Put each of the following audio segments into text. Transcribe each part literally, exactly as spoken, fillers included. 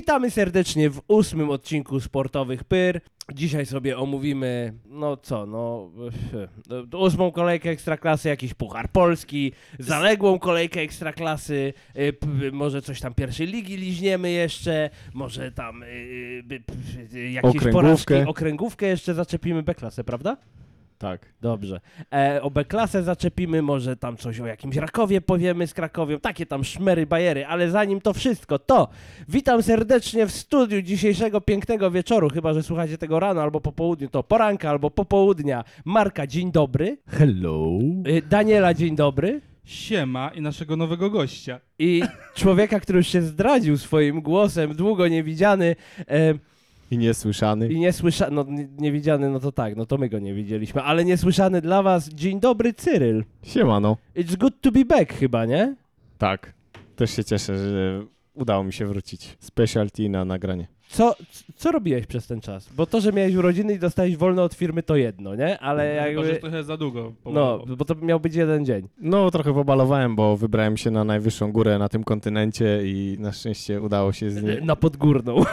Witamy serdecznie w ósmym odcinku Sportowych Pyr. Dzisiaj sobie omówimy, no co, no, ósmą kolejkę Ekstraklasy, jakiś Puchar Polski, zaległą kolejkę Ekstraklasy, y, p, może coś tam pierwszej ligi liźniemy jeszcze, może tam y, y, y, jakieś Okręgówkę. porażki, okręgówkę jeszcze zaczepimy, B-klasę, prawda? Tak. Dobrze. E, o B-klasę zaczepimy, może tam coś o jakimś Rakowie powiemy z Krakowią, takie tam szmery, bajery, ale zanim to wszystko, to witam serdecznie w studiu dzisiejszego pięknego wieczoru, chyba że słuchacie tego rano albo po południu, to poranka albo popołudnia. Marka, dzień dobry. Hello. Y, Daniela, dzień dobry. Siema i naszego nowego gościa. I człowieka, który już się zdradził swoim głosem, długo niewidziany e, I niesłyszany. i niesłyszany, no nie- niewidziany, no to tak, no to my go nie widzieliśmy, ale niesłyszany dla was, dzień dobry, Cyryl. Siemano. It's good to be back chyba, nie? Tak. Też się cieszę, że udało mi się wrócić. Specialty na nagranie. Co, c- co robiłeś przez ten czas? Bo to, że miałeś urodziny i dostałeś wolno od firmy, to jedno, nie? Ale Chyba, że jakby... trochę za długo. No, pomało. bo to miał być jeden dzień. No, trochę pobalowałem, bo wybrałem się na najwyższą górę na tym kontynencie i na szczęście udało się z niej... Na Podgórną.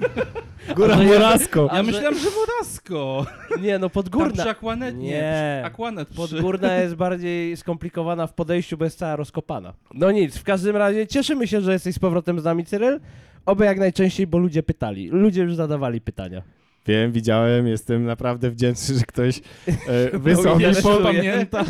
Góra A że- Murasko! Ja że- myślałem, że Wodasko. Nie, no Tam Podgórna. przy Aquanet, nie. Nie. Przy Aquanet przy... Podgórna jest bardziej skomplikowana w podejściu, bo jest cała rozkopana. No nic, w każdym razie cieszymy się, że jesteś z powrotem z nami, Cyryl. Oby jak najczęściej, bo ludzie pytali. Ludzie już zadawali pytania. Wiem, widziałem, jestem naprawdę wdzięczny, że ktoś e, wysłał mi wiesz, po... czuję. Pamięta.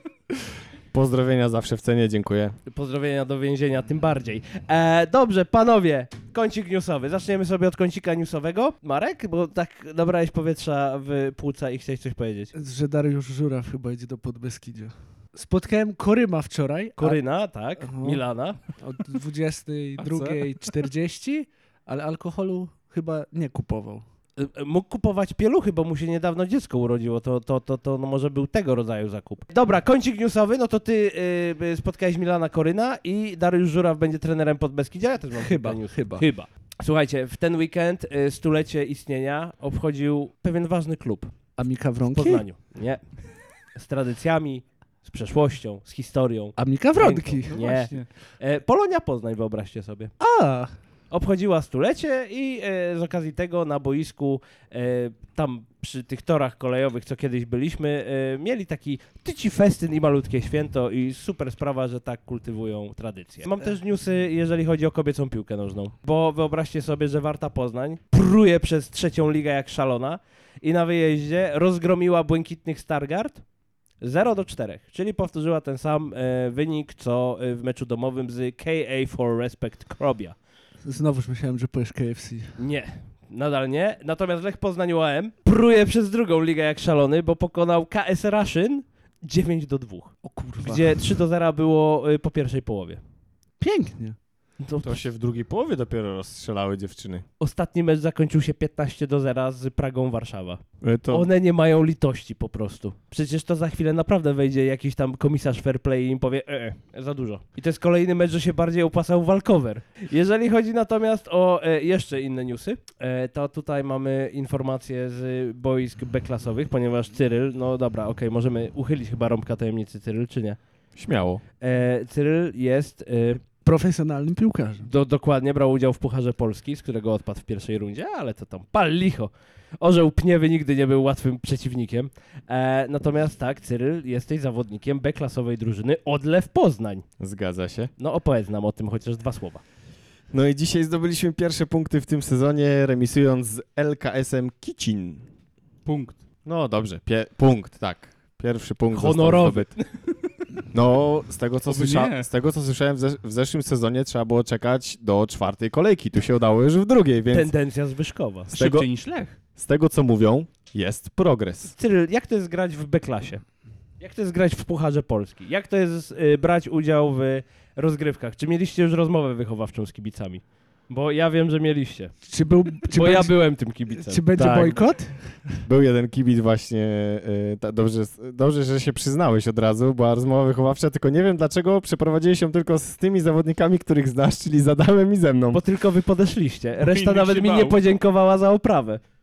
Pozdrowienia zawsze w cenie, dziękuję. Pozdrowienia do więzienia, tym bardziej. E, dobrze, panowie, kącik newsowy. Zaczniemy sobie od kącika newsowego. Marek, bo tak nabrałeś powietrza w płuca i chciałeś coś powiedzieć. Że Dariusz Żuraw chyba idzie do Podbeskidzia. Spotkałem Koryma wczoraj. Koryna, tak, Aha. Milana. a- Od dwudziestej drugiej czterdzieści, ale alkoholu chyba nie kupował. E, Mógł kupować pieluchy, bo mu się niedawno dziecko urodziło, to, to, to, to no może był tego rodzaju zakup. Dobra, kącik newsowy, no to ty y, spotkałeś Milana Koryna i Dariusz Żuraw będzie trenerem Podbeskidzia. Ja też mam Chyba, kilka news. chyba. Chyba. Słuchajcie, w ten weekend y, stulecie istnienia obchodził pewien ważny klub Amika w Wronki? Poznaniu. Nie. Z tradycjami, z przeszłością, z historią. Amika Wronki. Piękną. No Nie. właśnie. E, Polonia Poznań, wyobraźcie sobie. A, Obchodziła stulecie i e, z okazji tego na boisku, e, tam przy tych torach kolejowych, co kiedyś byliśmy, e, mieli taki tyci festyn i malutkie święto i super sprawa, że tak kultywują tradycję. Mam też newsy, jeżeli chodzi o kobiecą piłkę nożną, bo wyobraźcie sobie, że Warta Poznań pruje przez trzecią ligę jak szalona i na wyjeździe rozgromiła Błękitnych Stargard zero do czterech, czyli powtórzyła ten sam e, wynik, co e, w meczu domowym z K A for Respect Krobia. znowuż myślałem, że powiesz K F C. Nie, nadal nie. Natomiast Lech Poznań U A M pruje przez drugą ligę jak szalony, bo pokonał K S Raszyn dziewięć do dwóch, O kurwa. gdzie trzy do zera było y, po pierwszej połowie. Pięknie. To, To się w drugiej połowie dopiero rozstrzelały dziewczyny. ostatni mecz zakończył się piętnaście do zera z Pragą Warszawa. E, To... One nie mają litości po prostu. Przecież to za chwilę naprawdę wejdzie jakiś tam komisarz fair play i im powie e, e, za dużo. I to jest kolejny mecz, że się bardziej opłacał walkover. Jeżeli chodzi natomiast o e, jeszcze inne newsy, e, to tutaj mamy informacje z boisk B-klasowych, ponieważ Cyryl, no dobra, okej, możemy uchylić chyba rąbka tajemnicy Cyryl, czy nie? Śmiało. E, Cyryl jest... E, Profesjonalnym piłkarzem. Do, dokładnie, brał udział w Pucharze Polski, z którego odpadł w pierwszej rundzie, ale to tam pal licho. Orzeł Pniewy nigdy nie był łatwym przeciwnikiem. E, natomiast tak, Cyryl, jesteś zawodnikiem B-klasowej drużyny Odlew Poznań. Zgadza się. No opowiedz nam o tym chociaż dwa słowa. No i dzisiaj zdobyliśmy pierwsze punkty w tym sezonie, remisując z L K S-em Kicin. Punkt. No dobrze, pie- punkt, tak. Pierwszy punkt Honorowy. został zdobyty. No, z tego co, Oby słysza- nie. z tego, co słyszałem w, zesz- w zeszłym sezonie trzeba było czekać do czwartej kolejki. Tu się udało już w drugiej, więc Tendencja zwyżkowa. z tego, Szybciej niż Lech. z tego co mówią, jest progres. Cyryl, jak to jest grać w B-klasie? Jak to jest grać w Pucharze Polski? Jak to jest y, brać udział w rozgrywkach? Czy mieliście już rozmowę wychowawczą z kibicami? Bo ja wiem, że mieliście. Czy był... Czy Bo będzie, ja byłem tym kibicem. Czy będzie Tak. bojkot? Był jeden kibic właśnie, y, ta, dobrze, dobrze, że się przyznałeś od razu, była rozmowa wychowawcza, tylko nie wiem dlaczego przeprowadziłeś ją tylko z tymi zawodnikami, których znasz, czyli z Adamem i ze mną. Bo tylko wy podeszliście. Reszta Innych nawet się mi bał. nie podziękowała za oprawę.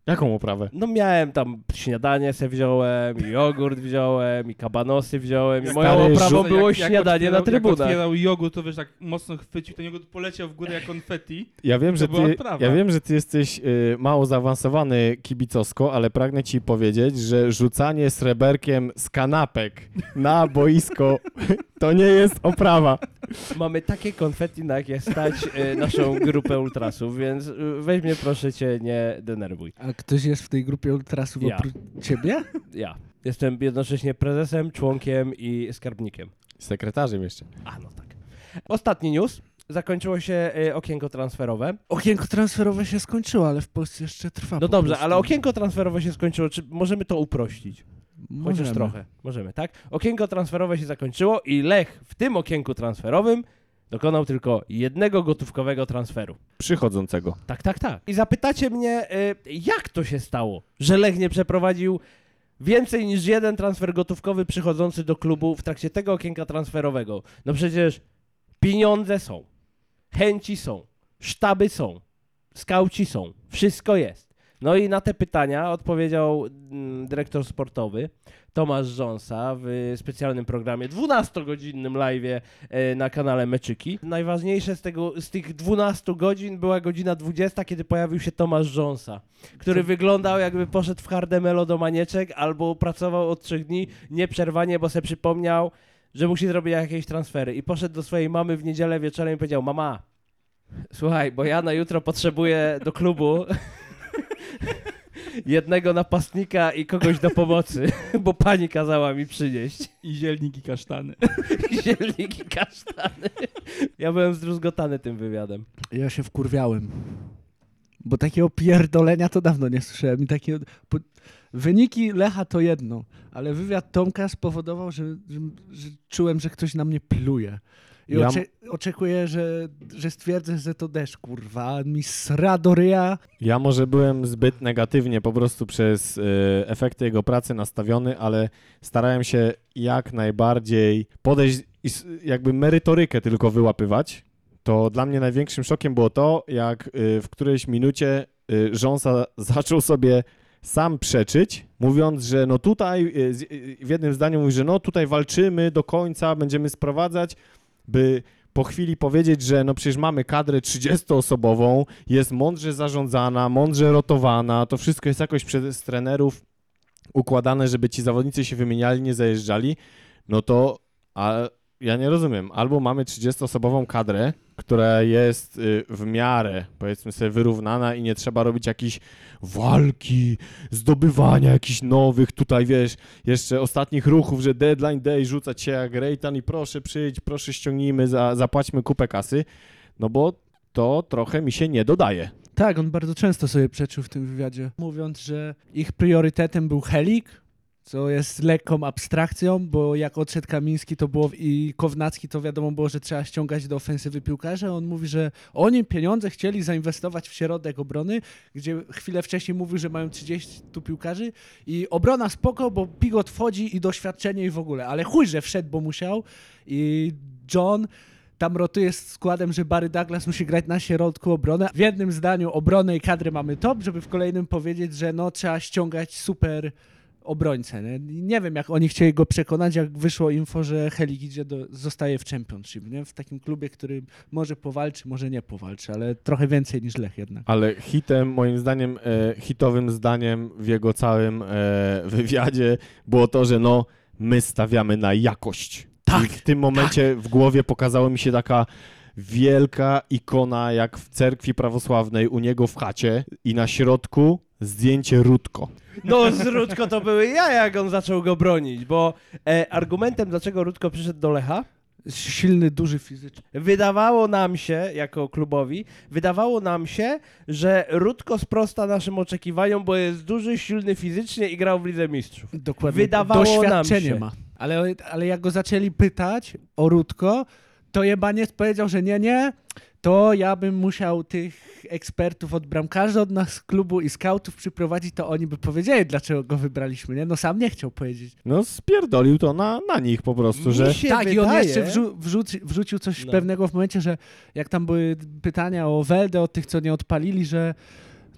Jaką oprawę? No miałem tam śniadanie se wziąłem, i jogurt wziąłem, i kabanosy wziąłem, i moją Stary, oprawą żu- było Jak- jak śniadanie na otwierał- trybunach. Jak otwierał jogurt, to wiesz, tak mocno chwycił, ten jogurt poleciał w górę jak konfetti. Ja wiem, To że była ty, odprawa. ja wiem, że ty jesteś y, mało zaawansowany kibicowsko, ale pragnę ci powiedzieć, że rzucanie sreberkiem z kanapek na boisko to nie jest oprawa. Mamy takie konfetti, na jakie stać y, naszą grupę ultrasów, więc y, weź mnie proszę cię, nie denerwuj. A ktoś jest w tej grupie ultrasów Ja. oprócz ciebie? Ja jestem jednocześnie prezesem, członkiem i skarbnikiem. Sekretarzem jeszcze. A, no tak. Ostatni news. Zakończyło się y, okienko transferowe. Okienko transferowe się skończyło, ale w Polsce jeszcze trwa. No po dobrze, prostu. ale okienko transferowe się skończyło. Czy możemy to uprościć? Chociaż Możemy. trochę. Możemy, tak? Okienko transferowe się zakończyło i Lech w tym okienku transferowym dokonał tylko jednego gotówkowego transferu. Przychodzącego. Tak, tak, tak. I zapytacie mnie, y, jak to się stało, że Lech nie przeprowadził więcej niż jeden transfer gotówkowy przychodzący do klubu w trakcie tego okienka transferowego? No przecież pieniądze są, chęci są, sztaby są, skauci są, wszystko jest. No i na te pytania odpowiedział mm, dyrektor sportowy Tomasz Rząsa w specjalnym programie, dwunastogodzinnym live'ie e, na kanale Meczyki. Najważniejsze z, tego, z tych dwunastu godzin była godzina dwudziesta, kiedy pojawił się Tomasz Rząsa, który wyglądał jakby poszedł w hardę melodamanieczek albo pracował od trzech dni nieprzerwanie, bo se przypomniał, że musi zrobić jakieś transfery i poszedł do swojej mamy w niedzielę wieczorem i powiedział: mama, słuchaj, bo ja na jutro potrzebuję do klubu jednego napastnika i kogoś do pomocy, bo pani kazała mi przynieść I zielnik i kasztany. zielnik i kasztany. Ja byłem zdruzgotany tym wywiadem. Ja się wkurwiałem. Bo takiego pierdolenia to dawno nie słyszałem. I takie, po, wyniki Lecha to jedno, ale wywiad Tomka spowodował, że, że, że czułem, że ktoś na mnie pluje. I Ja- ocze, oczekuję, że, że stwierdzę, że to deszcz, kurwa. Mi sra do ryja. Ja może byłem zbyt negatywnie po prostu przez y, efekty jego pracy nastawiony, ale starałem się jak najbardziej podejść i s- jakby merytorykę tylko wyłapywać. To dla mnie największym szokiem było to, jak y, w którejś minucie y, Rząsa zaczął sobie sam przeczyć, mówiąc, że no tutaj, y, z- y, w jednym zdaniu mówi, że no tutaj walczymy do końca, będziemy sprowadzać, by po chwili powiedzieć, że no przecież mamy kadrę trzydziestoosobową, jest mądrze zarządzana, mądrze rotowana, to wszystko jest jakoś przez trenerów układane, żeby ci zawodnicy się wymieniali, nie zajeżdżali, no to a ja nie rozumiem. Albo mamy trzydziestoosobową kadrę, która jest y, w miarę, powiedzmy sobie, wyrównana i nie trzeba robić jakiejś walki, zdobywania jakichś nowych, tutaj wiesz, jeszcze ostatnich ruchów, że deadline day, rzucać się jak Rejtan i proszę przyjdź, proszę ściągnijmy, za, zapłaćmy kupę kasy, no bo to trochę mi się nie dodaje. Tak, on bardzo często sobie przeczył w tym wywiadzie, mówiąc, że ich priorytetem był Helik, co jest lekką abstrakcją, bo jak odszedł Kamiński to było i Kownacki, to wiadomo było, że trzeba ściągać do ofensywy piłkarza. On mówi, że oni pieniądze chcieli zainwestować w środek obrony, gdzie chwilę wcześniej mówił, że mają trzydziestu piłkarzy i obrona spoko, bo Pigot wchodzi i doświadczenie i w ogóle, ale chuj, że wszedł, bo musiał i John tam rotuje z składem, że Barry Douglas musi grać na środku obrony. W jednym zdaniu obronę i kadrę mamy top, żeby w kolejnym powiedzieć, że no trzeba ściągać super obrońcę. Nie? nie wiem, jak oni chcieli go przekonać, jak wyszło info, że Helik idzie do, zostaje w Championship, nie? W takim klubie, który może powalczy, może nie powalczy, ale trochę więcej niż Lech jednak. Ale hitem, moim zdaniem, e, hitowym zdaniem w jego całym e, wywiadzie było to, że no, my stawiamy na jakość. Tak, I w tym momencie w głowie pokazała mi się taka wielka ikona, jak w cerkwi prawosławnej u niego w chacie i na środku zdjęcie Rutko. No z Rutko to były ja, jak on zaczął go bronić, bo e, argumentem, dlaczego Rutko przyszedł do Lecha, Silny, duży fizycznie. wydawało nam się, jako klubowi, wydawało nam się, że Rutko sprosta naszym oczekiwaniom, bo jest duży, silny fizycznie i grał w Lidze Mistrzów. Dokładnie. Wydawało nam Doświadczenie się. ma. Ale, ale jak go zaczęli pytać o Rutko, to jebaniec powiedział, że nie, nie, to ja bym musiał tych ekspertów od bramkarzy od nas z klubu i skautów przyprowadzić, to oni by powiedzieli, dlaczego go wybraliśmy, nie? No sam nie chciał powiedzieć. No spierdolił to na, na nich po prostu, Mi że się tak, wydaje, i on jeszcze wrzu- wrzuci, wrzucił coś No. pewnego w momencie, że jak tam były pytania o Weldę, o tych, co nie odpalili, że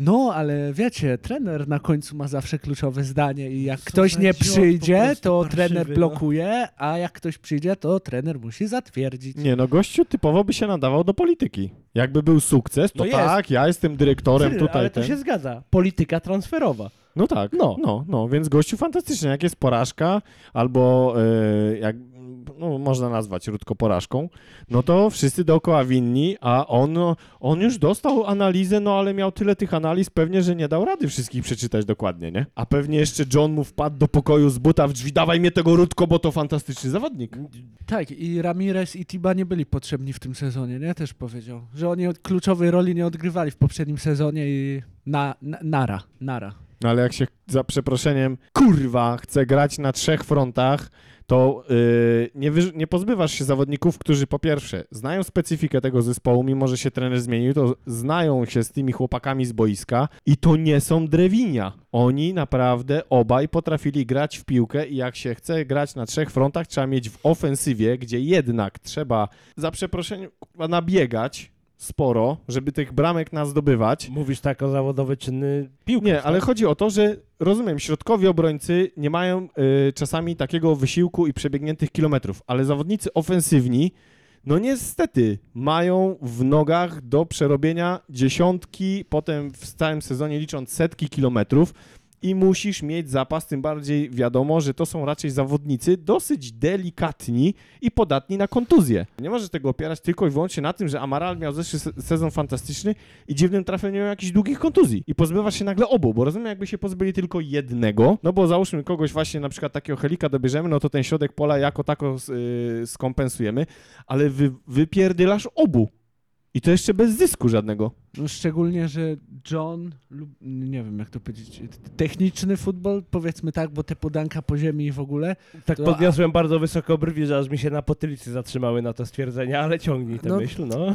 No, ale wiecie, trener na końcu ma zawsze kluczowe zdanie i jak Co ktoś za nie idiot, po przyjdzie, prostu to parszywy, trener no. blokuje, a jak ktoś przyjdzie, to trener musi zatwierdzić. Nie no, gościu typowo by się nadawał do polityki. Jakby był sukces, to No jest. tak, ja jestem dyrektorem Cyryl, tutaj. ale to ten. się zgadza. Polityka transferowa. No tak, No. no. no, no, więc gościu fantastycznie. Jak jest porażka, albo e, jak no, można nazwać krótko porażką, no to wszyscy dookoła winni, a on, on już dostał analizę, no ale miał tyle tych analiz pewnie, że nie dał rady wszystkich przeczytać dokładnie, nie? A pewnie jeszcze John mu wpadł do pokoju z buta w drzwi, dawaj mnie tego Rutko, bo to fantastyczny zawodnik. Tak, i Ramirez i Tiba nie byli potrzebni w tym sezonie, nie? Też powiedział, że oni od kluczowej roli nie odgrywali w poprzednim sezonie i na, na, nara, nara. No ale jak się za przeproszeniem, kurwa, chce grać na trzech frontach, to yy, nie, wy, nie pozbywasz się zawodników, którzy po pierwsze znają specyfikę tego zespołu, mimo że się trener zmienił, to znają się z tymi chłopakami z boiska i to nie są drewinia. Oni naprawdę obaj potrafili grać w piłkę i jak się chce grać na trzech frontach, trzeba mieć w ofensywie, gdzie jednak trzeba za przeproszeniem kurwa, nabiegać sporo, żeby tych bramek nas zdobywać. Mówisz tak o zawodowy czynny piłki. Nie, ale chodzi o to, że rozumiem, środkowi obrońcy nie mają y, czasami takiego wysiłku i przebiegniętych kilometrów, ale zawodnicy ofensywni, no niestety, mają w nogach do przerobienia dziesiątki, potem w całym sezonie licząc setki kilometrów i musisz mieć zapas, tym bardziej wiadomo, że to są raczej zawodnicy dosyć delikatni i podatni na kontuzje. Nie możesz tego opierać tylko i wyłącznie na tym, że Amaral miał zeszły se- sezon fantastyczny i dziwnym trafem nie miał jakichś długich kontuzji i pozbywasz się nagle obu, bo rozumiem, jakby się pozbyli tylko jednego, no bo załóżmy kogoś właśnie na przykład takiego Helika dobierzemy, no to ten środek pola jako tako yy, skompensujemy, ale wy, wypierdylasz obu. I to jeszcze bez zysku żadnego. No szczególnie, że John, lub, nie wiem jak to powiedzieć, techniczny futbol, powiedzmy tak, bo te podanka po ziemi i w ogóle. Tak to- podniosłem bardzo wysoko brwi, że aż mi się na potylicy zatrzymały na to stwierdzenie, ale ciągnij tę No, myśl, no.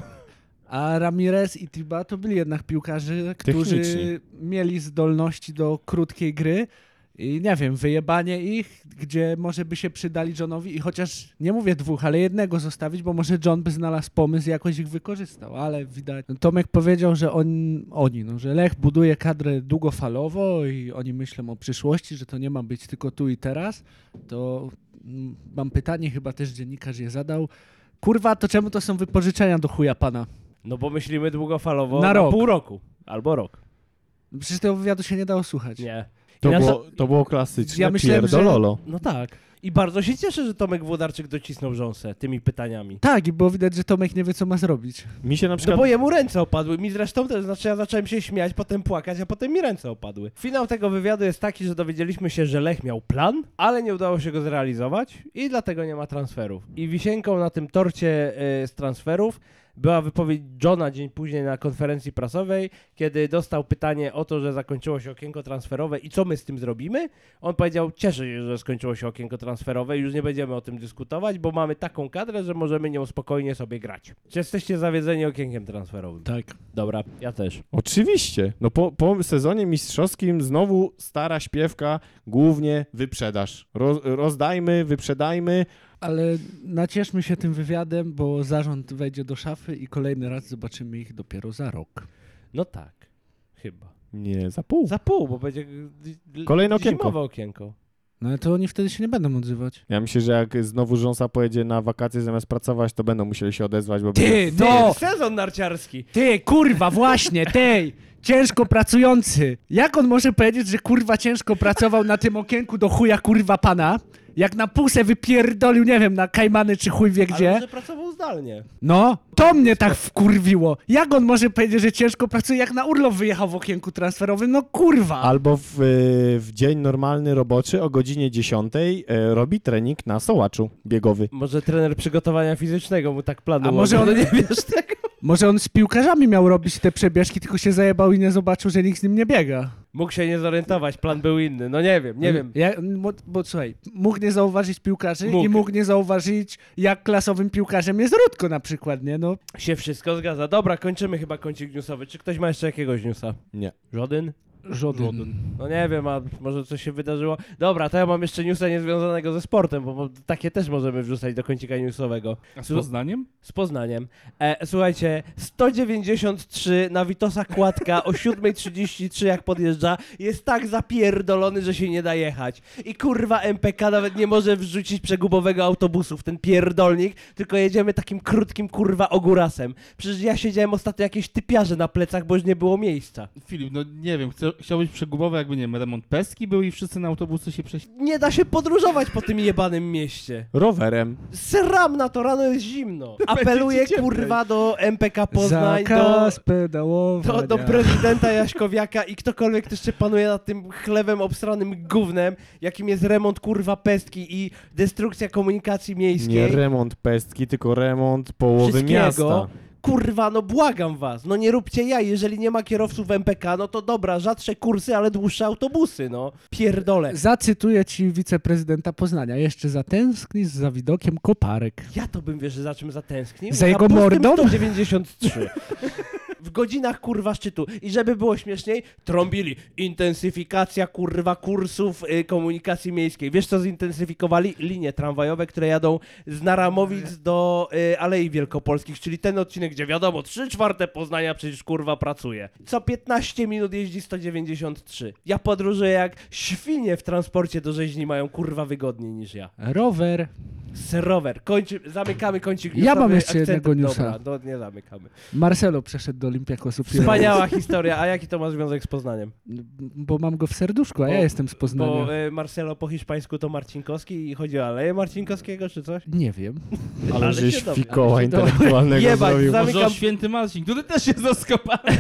A Ramirez i Tiba to byli jednak piłkarze, którzy Techniczni. mieli zdolności do krótkiej gry i nie wiem, wyjebanie ich, gdzie może by się przydali Johnowi i chociaż nie mówię dwóch, ale jednego zostawić, bo może John by znalazł pomysł i jakoś ich wykorzystał, ale widać. No, Tomek powiedział, że on, oni, no, że Lech buduje kadrę długofalowo i oni myślą o przyszłości, że to nie ma być tylko tu i teraz, to mm, mam pytanie, chyba też dziennikarz je zadał. Kurwa, to czemu to są wypożyczenia do chuja pana? No bo myślimy długofalowo Na na, rok. pół roku. Albo rok. Przecież tego wywiadu się nie dało słuchać. Nie. To, I na było, to było klasyczne Ja myślałem, że- pierdololo. No tak. I bardzo się cieszę, że Tomek Włodarczyk docisnął rząsę tymi pytaniami. Tak, i było widać, że Tomek nie wie, co ma zrobić. Mi się na No przykład... bo jemu ręce opadły. Mi zresztą też, znaczy ja zacząłem się śmiać, potem płakać, a potem mi ręce opadły. Finał tego wywiadu jest taki, że dowiedzieliśmy się, że Lech miał plan, ale nie udało się go zrealizować i dlatego nie ma transferów. I wisienką na tym torcie y, z transferów była wypowiedź Johna dzień później na konferencji prasowej, kiedy dostał pytanie o to, że zakończyło się okienko transferowe i co my z tym zrobimy. On powiedział, cieszę się, że skończyło się okienko transferowe i już nie będziemy o tym dyskutować, bo mamy taką kadrę, że możemy nią spokojnie sobie grać. Czy jesteście zawiedzeni okienkiem transferowym? Tak. Dobra, ja też. Oczywiście. No po, po sezonie mistrzowskim znowu stara śpiewka, głównie wyprzedaż. Roz, rozdajmy, wyprzedajmy. Ale nacieszmy się tym wywiadem, bo zarząd wejdzie do szafy i kolejny raz zobaczymy ich dopiero za rok. No tak, chyba. Nie, za pół. Za pół, bo będzie y, Kolejne okienko. zimowe okienko. No ale to oni wtedy się nie będą odzywać. Ja myślę, że jak znowu rząsa pojedzie na wakacje zamiast pracować, to będą musieli się odezwać, bo... Ty, No! no! Sezon narciarski! Ty, kurwa, właśnie, ty! Ciężko pracujący. Jak on może powiedzieć, że kurwa ciężko pracował na tym okienku do chuja kurwa pana? Jak na pusę wypierdolił, nie wiem, na Kajmany czy chuj wie Ale gdzie. może pracował zdalnie. No, to mnie tak wkurwiło. Jak on może powiedzieć, że ciężko pracuje, jak na urlop wyjechał w okienku transferowym? No kurwa. Albo w, w dzień normalny roboczy o godzinie dziesiątej e, robi trening na sołaczu biegowy. Może trener przygotowania fizycznego mu tak planował. A może no on- nie wiesz tego? Może on z piłkarzami miał robić te przebieżki, tylko się zajebał i nie zobaczył, że nikt z nim nie biega. Mógł się nie zorientować, plan był inny. No nie wiem, nie wiem. Ja, bo, bo słuchaj, mógł nie zauważyć piłkarzy Mógł. i mógł nie zauważyć, jak klasowym piłkarzem jest Rutko na przykład, nie? No, Się wszystko zgadza. Dobra, kończymy chyba kącik newsowy. Czy ktoś ma jeszcze jakiegoś newsa? Nie. Żaden? Żaden. No nie wiem, a może coś się wydarzyło. Dobra, to ja mam jeszcze newsa niezwiązanego ze sportem, bo, bo takie też możemy wrzucać do kącika newsowego. A z Poznaniem? Z Poznaniem. E, słuchajcie, sto dziewięćdziesiąt trzy na Witosa Kładka o siódma trzydzieści trzy jak podjeżdża, jest tak zapierdolony, że się nie da jechać. I kurwa M P K nawet nie może wrzucić przegubowego autobusu w ten pierdolnik, tylko jedziemy takim krótkim kurwa ogórasem. Przecież ja siedziałem ostatnio jakieś typiarze na plecach, bo już nie było miejsca. Filip, no nie wiem, chcę, chciałbyś przegubowy, jakby nie wiem, remont Pestki był i wszyscy na autobusy się prześ... Nie da się podróżować po tym jebanym mieście. Rowerem. Sram na to, rano jest zimno. Apeluję Będzie ci kurwa do M P K Poznań, do, Zakaz pedałowania. do, do prezydenta Jaśkowiaka i ktokolwiek, kto jeszcze panuje nad tym chlewem obsranym gównem, jakim jest remont kurwa Pestki i destrukcja komunikacji miejskiej. Nie remont Pestki, tylko remont połowy Wszystkiego. miasta. Kurwa, no błagam was, no nie róbcie ja, jeżeli nie ma kierowców M P K, no to dobra, rzadsze kursy, ale dłuższe autobusy, no. Pierdolę. Zacytuję ci wiceprezydenta Poznania. Jeszcze zatęsknisz za widokiem koparek. Ja to bym, wiesz, za czym zatęsknił? Za jego pustym mordą? sto dziewięćdziesiąt trzy. W godzinach kurwa szczytu. I żeby było śmieszniej, trąbili intensyfikacja kurwa kursów y, komunikacji miejskiej. Wiesz co zintensyfikowali? Linie tramwajowe, które jadą z Naramowic do y, Alei Wielkopolskich, czyli ten odcinek, gdzie wiadomo, trzy czwarte Poznania przecież kurwa pracuje. Co piętnaście minut jeździ sto dziewięćdziesiąt trzy. Ja podróżuję jak świnie w transporcie do rzeźni, mają kurwa wygodniej niż ja. Rower. Rower. Kończy, zamykamy kącik Ja mam newsowy jeszcze akcentem. jednego newsa. Dobra, no nie zamykamy. Marcelo przeszedł do Olympiakosu Pireus. Wspaniała historia. A jaki to ma związek z Poznaniem? Bo mam go w serduszku, a Bo- ja jestem z Poznania. Bo y, Marcelo po hiszpańsku to Marcinkowski i chodzi o Aleję Marcinkowskiego czy coś? Nie wiem. Ale Ale żeś się dobrze, fikoła ale się dobrze. intelektualnego Jebać, zrobił. zamykam- Może o Święty Marcin, który też jest zaskopany.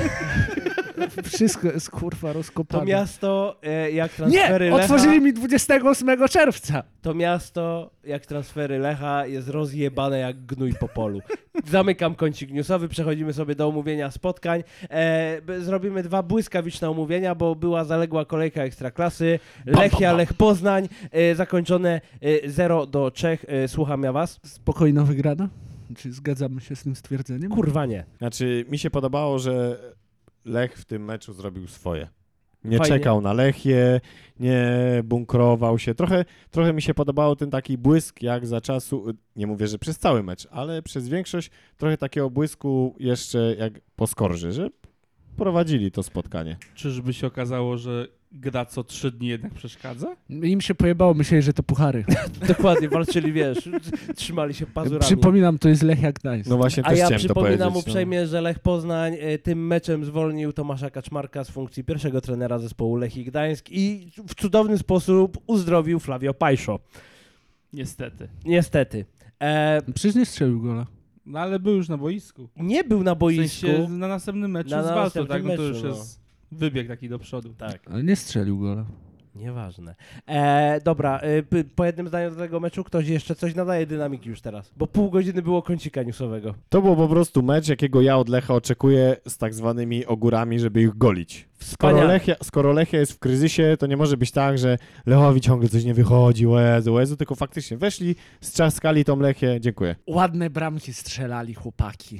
Wszystko jest kurwa To rozkopane. miasto y, jak Nie! transfery Lecha... Otworzyli mi dwudziestego ósmego czerwca. To miasto jak transfery Lecha jest rozjebane jak gnój po polu. Zamykam kącik newsowy, przechodzimy sobie do omówienia spotkań. E, b- zrobimy dwa błyskawiczne omówienia, bo była zaległa kolejka Ekstraklasy. Lechia, Lech Poznań, e, zakończone e, zero do trzech. E, słucham ja was. Spokojna wygrana? Czy zgadzamy się z tym stwierdzeniem? Kurwa nie. Znaczy, mi się podobało, że Lech w tym meczu zrobił swoje. Nie Fajnie. czekał na Lechię, nie bunkrował się. Trochę, trochę mi się podobał ten taki błysk, jak za czasu, nie mówię, że przez cały mecz, ale przez większość trochę takiego błysku jeszcze jak po Skorży, że prowadzili to spotkanie. Czyżby się okazało, że gra co trzy dni jednak przeszkadza? Im się pojebało, myśleli, że to puchary. Dokładnie, walczyli, wiesz, trzymali się pazurami. Przypominam, to jest Lechia Gdańsk. No właśnie A też ja chciałem to powiedzieć. przypominam no. uprzejmie, że Lech Poznań e, tym meczem zwolnił Tomasza Kaczmarka z funkcji pierwszego trenera zespołu Lechii Gdańsk i w cudowny sposób uzdrowił Flavio Pajszo. Niestety. Niestety. E, Przecież nie strzelił gola. No ale był już na boisku. nie był na W boisku. sensie na następnym meczu Na z Baltą, następnym tak? No to meczu, już no. jest wybieg taki do przodu. Tak, Ale nie strzelił gola. nieważne. E, dobra, e, p- po jednym zdaniu do tego meczu ktoś jeszcze coś nadaje dynamiki już teraz, bo pół godziny było kącika newsowego. To był po prostu mecz, jakiego ja od Lecha oczekuję z tak zwanymi ogórami, żeby ich golić. Skoro Wspaniale. Lechia, skoro Lechia jest w kryzysie, to nie może być tak, że Lechowi ciągle coś nie wychodzi, łezu, łezu, tylko faktycznie weszli, strzaskali tą Lechię, dziękuję. Ładne bramki strzelali chłopaki.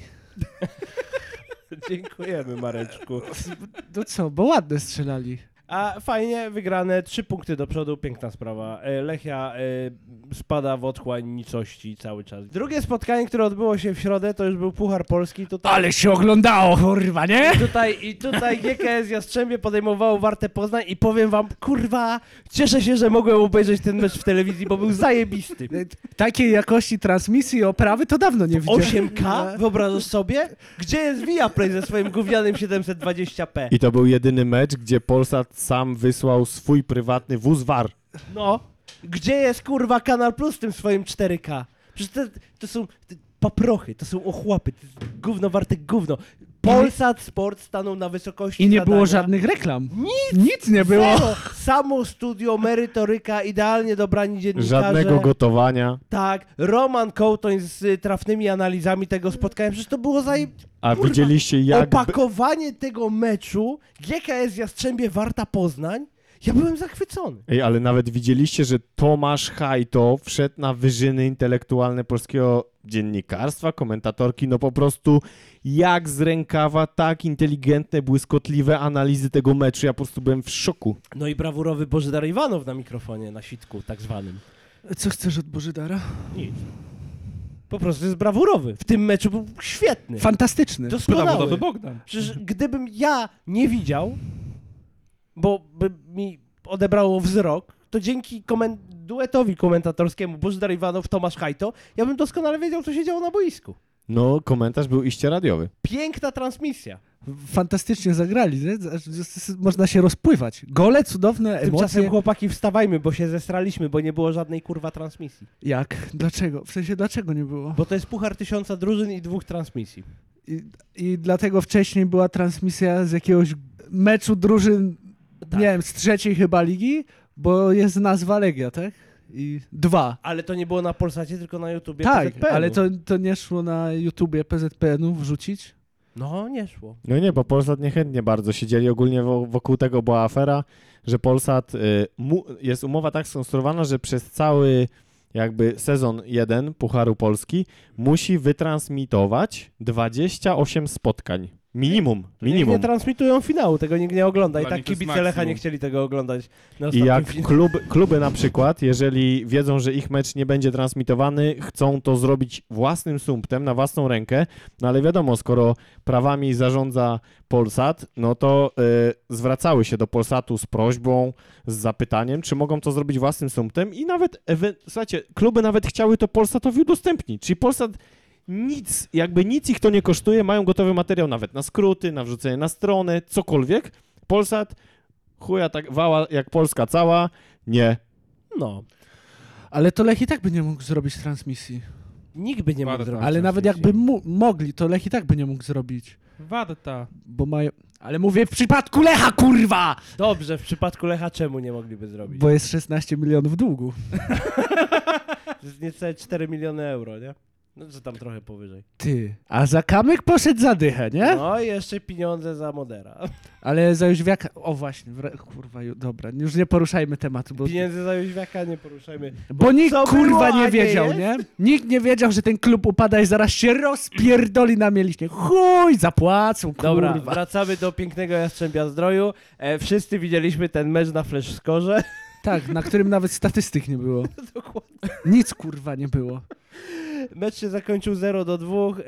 Dziękujemy, Mareczku. No co, bo ładne strzelali. A fajnie, wygrane, trzy punkty do przodu, piękna sprawa. E, Lechia e, spada w otchłań nicości cały czas. Drugie spotkanie, które odbyło się w środę, to już był Puchar Polski. Tutaj, Ale się oglądało, kurwa, nie? I tutaj, I tutaj G K S Jastrzębie podejmowało Wartę Poznań i powiem wam, kurwa, cieszę się, że mogłem obejrzeć ten mecz w telewizji, bo był zajebisty. Takiej jakości transmisji i oprawy to dawno nie widziałem. osiem K, wyobrażasz sobie? Gdzie jest Viaplay ze swoim gównianym siedemset dwadzieścia p? I to był jedyny mecz, gdzie Polsat sam wysłał swój prywatny wóz V A R. No, gdzie jest kurwa Kanal Plus z tym swoim cztery K? Przecież to, to są te paprochy, to są ochłapy, to jest gówno warte gówno. Polsat Sport stanął na wysokości I nie zadania. było żadnych reklam. Nic! Nic nie było. Zero. Samo studio, merytoryka, idealnie dobrani dziennikarze. Żadnego gotowania. Tak, Roman Kołtoń z y, trafnymi analizami tego spotkania. Przecież to było zaje... A Kurwa, widzieliście jak... Opakowanie tego meczu G K S Jastrzębie Warta Poznań Ja byłem zachwycony. Ej, ale nawet widzieliście, że Tomasz Hajto wszedł na wyżyny intelektualne polskiego dziennikarstwa, komentatorki, no po prostu jak z rękawa, tak inteligentne, błyskotliwe analizy tego meczu, ja po prostu byłem w szoku. No i brawurowy Bożydar Iwanow na mikrofonie, na sitku tak zwanym. Co chcesz od Bożydara? Nic. Po prostu jest brawurowy. W tym meczu był świetny. Fantastyczny. Doskonały. Brawurowy Bogdan. Przecież gdybym ja nie widział, bo by mi odebrało wzrok, to dzięki komen- duetowi komentatorskiemu Bożydar Iwanow, Tomasz Hajto, ja bym doskonale wiedział, co się działo na boisku. No, komentarz był iście radiowy. Piękna transmisja. Fantastycznie zagrali, nie? Można się rozpływać. Gole, cudowne Tymczasem emocje. chłopaki wstawajmy, bo się zesraliśmy, bo nie było żadnej kurwa transmisji. Jak? Dlaczego? W sensie dlaczego nie było? Bo to jest puchar tysiąca drużyn i dwóch transmisji. I, I dlatego wcześniej była transmisja z jakiegoś meczu drużyn, Tak. nie wiem, z trzeciej chyba ligi, bo jest nazwa Legia, tak? I dwa. Ale to nie było na Polsacie, tylko na YouTubie Tak, P Z P N-u. ale to, to nie szło na YouTubie P Z P N-u wrzucić? No, nie szło. No nie, bo Polsat niechętnie bardzo siedzieli. Ogólnie wo- wokół tego była afera, że Polsat, y, mu, jest umowa tak skonstruowana, że przez cały jakby sezon jeden Pucharu Polski musi wytransmitować dwadzieścia osiem spotkań. Minimum, Nikt nie minimum. transmitują finału, tego nikt nie ogląda. I Dla tak nich to jest kibice Lecha maksimum. nie chcieli tego oglądać na I ostatnim jak finale. kluby, kluby na przykład, jeżeli wiedzą, że ich mecz nie będzie transmitowany, chcą to zrobić własnym sumptem, na własną rękę, no ale wiadomo, skoro prawami zarządza Polsat, no to y, zwracały się do Polsatu z prośbą, z zapytaniem, czy mogą to zrobić własnym sumptem i nawet, ewe- słuchajcie, kluby nawet chciały to Polsatowi udostępnić, czyli Polsat nic, jakby nic ich to nie kosztuje, mają gotowy materiał nawet na skróty, na wrzucenie na stronę, cokolwiek. Polsat chuja tak wała jak Polska cała, nie. No. Ale to Lech i tak by nie mógł zrobić transmisji. Nikt by nie mógł Warto. zrobić Ale nawet transmisji. jakby mu- mogli, to Lech i tak by nie mógł zrobić. Warta. Bo mają... Ale mówię w przypadku Lecha, kurwa! Dobrze, w przypadku Lecha czemu nie mogliby zrobić? Bo jest szesnaście milionów długu. To jest niecałe cztery miliony euro, nie? No, czy tam trochę powyżej. Ty. A za kamyk poszedł za dychę, nie? No i jeszcze pieniądze za Modera. Ale za Jóźwiaka... O właśnie, wre... kurwa, ju- dobra, już nie poruszajmy tematu, bo... Pieniędzy za Jóźwiaka nie poruszajmy. Bo nikt co kurwa było, a nie nie wiedział, jest? nie? Nikt nie wiedział, że ten klub upada i zaraz się rozpierdoli na mieliśnie. Chuj, zapłacą, kurwa. Dobra, wracamy do pięknego Jastrzębia Zdroju. E, wszyscy widzieliśmy ten mecz na Flash Scorze. Tak, na którym nawet statystyk nie było. Dokładnie. Nic kurwa nie było. Mecz się zakończył zero do dwóch. E,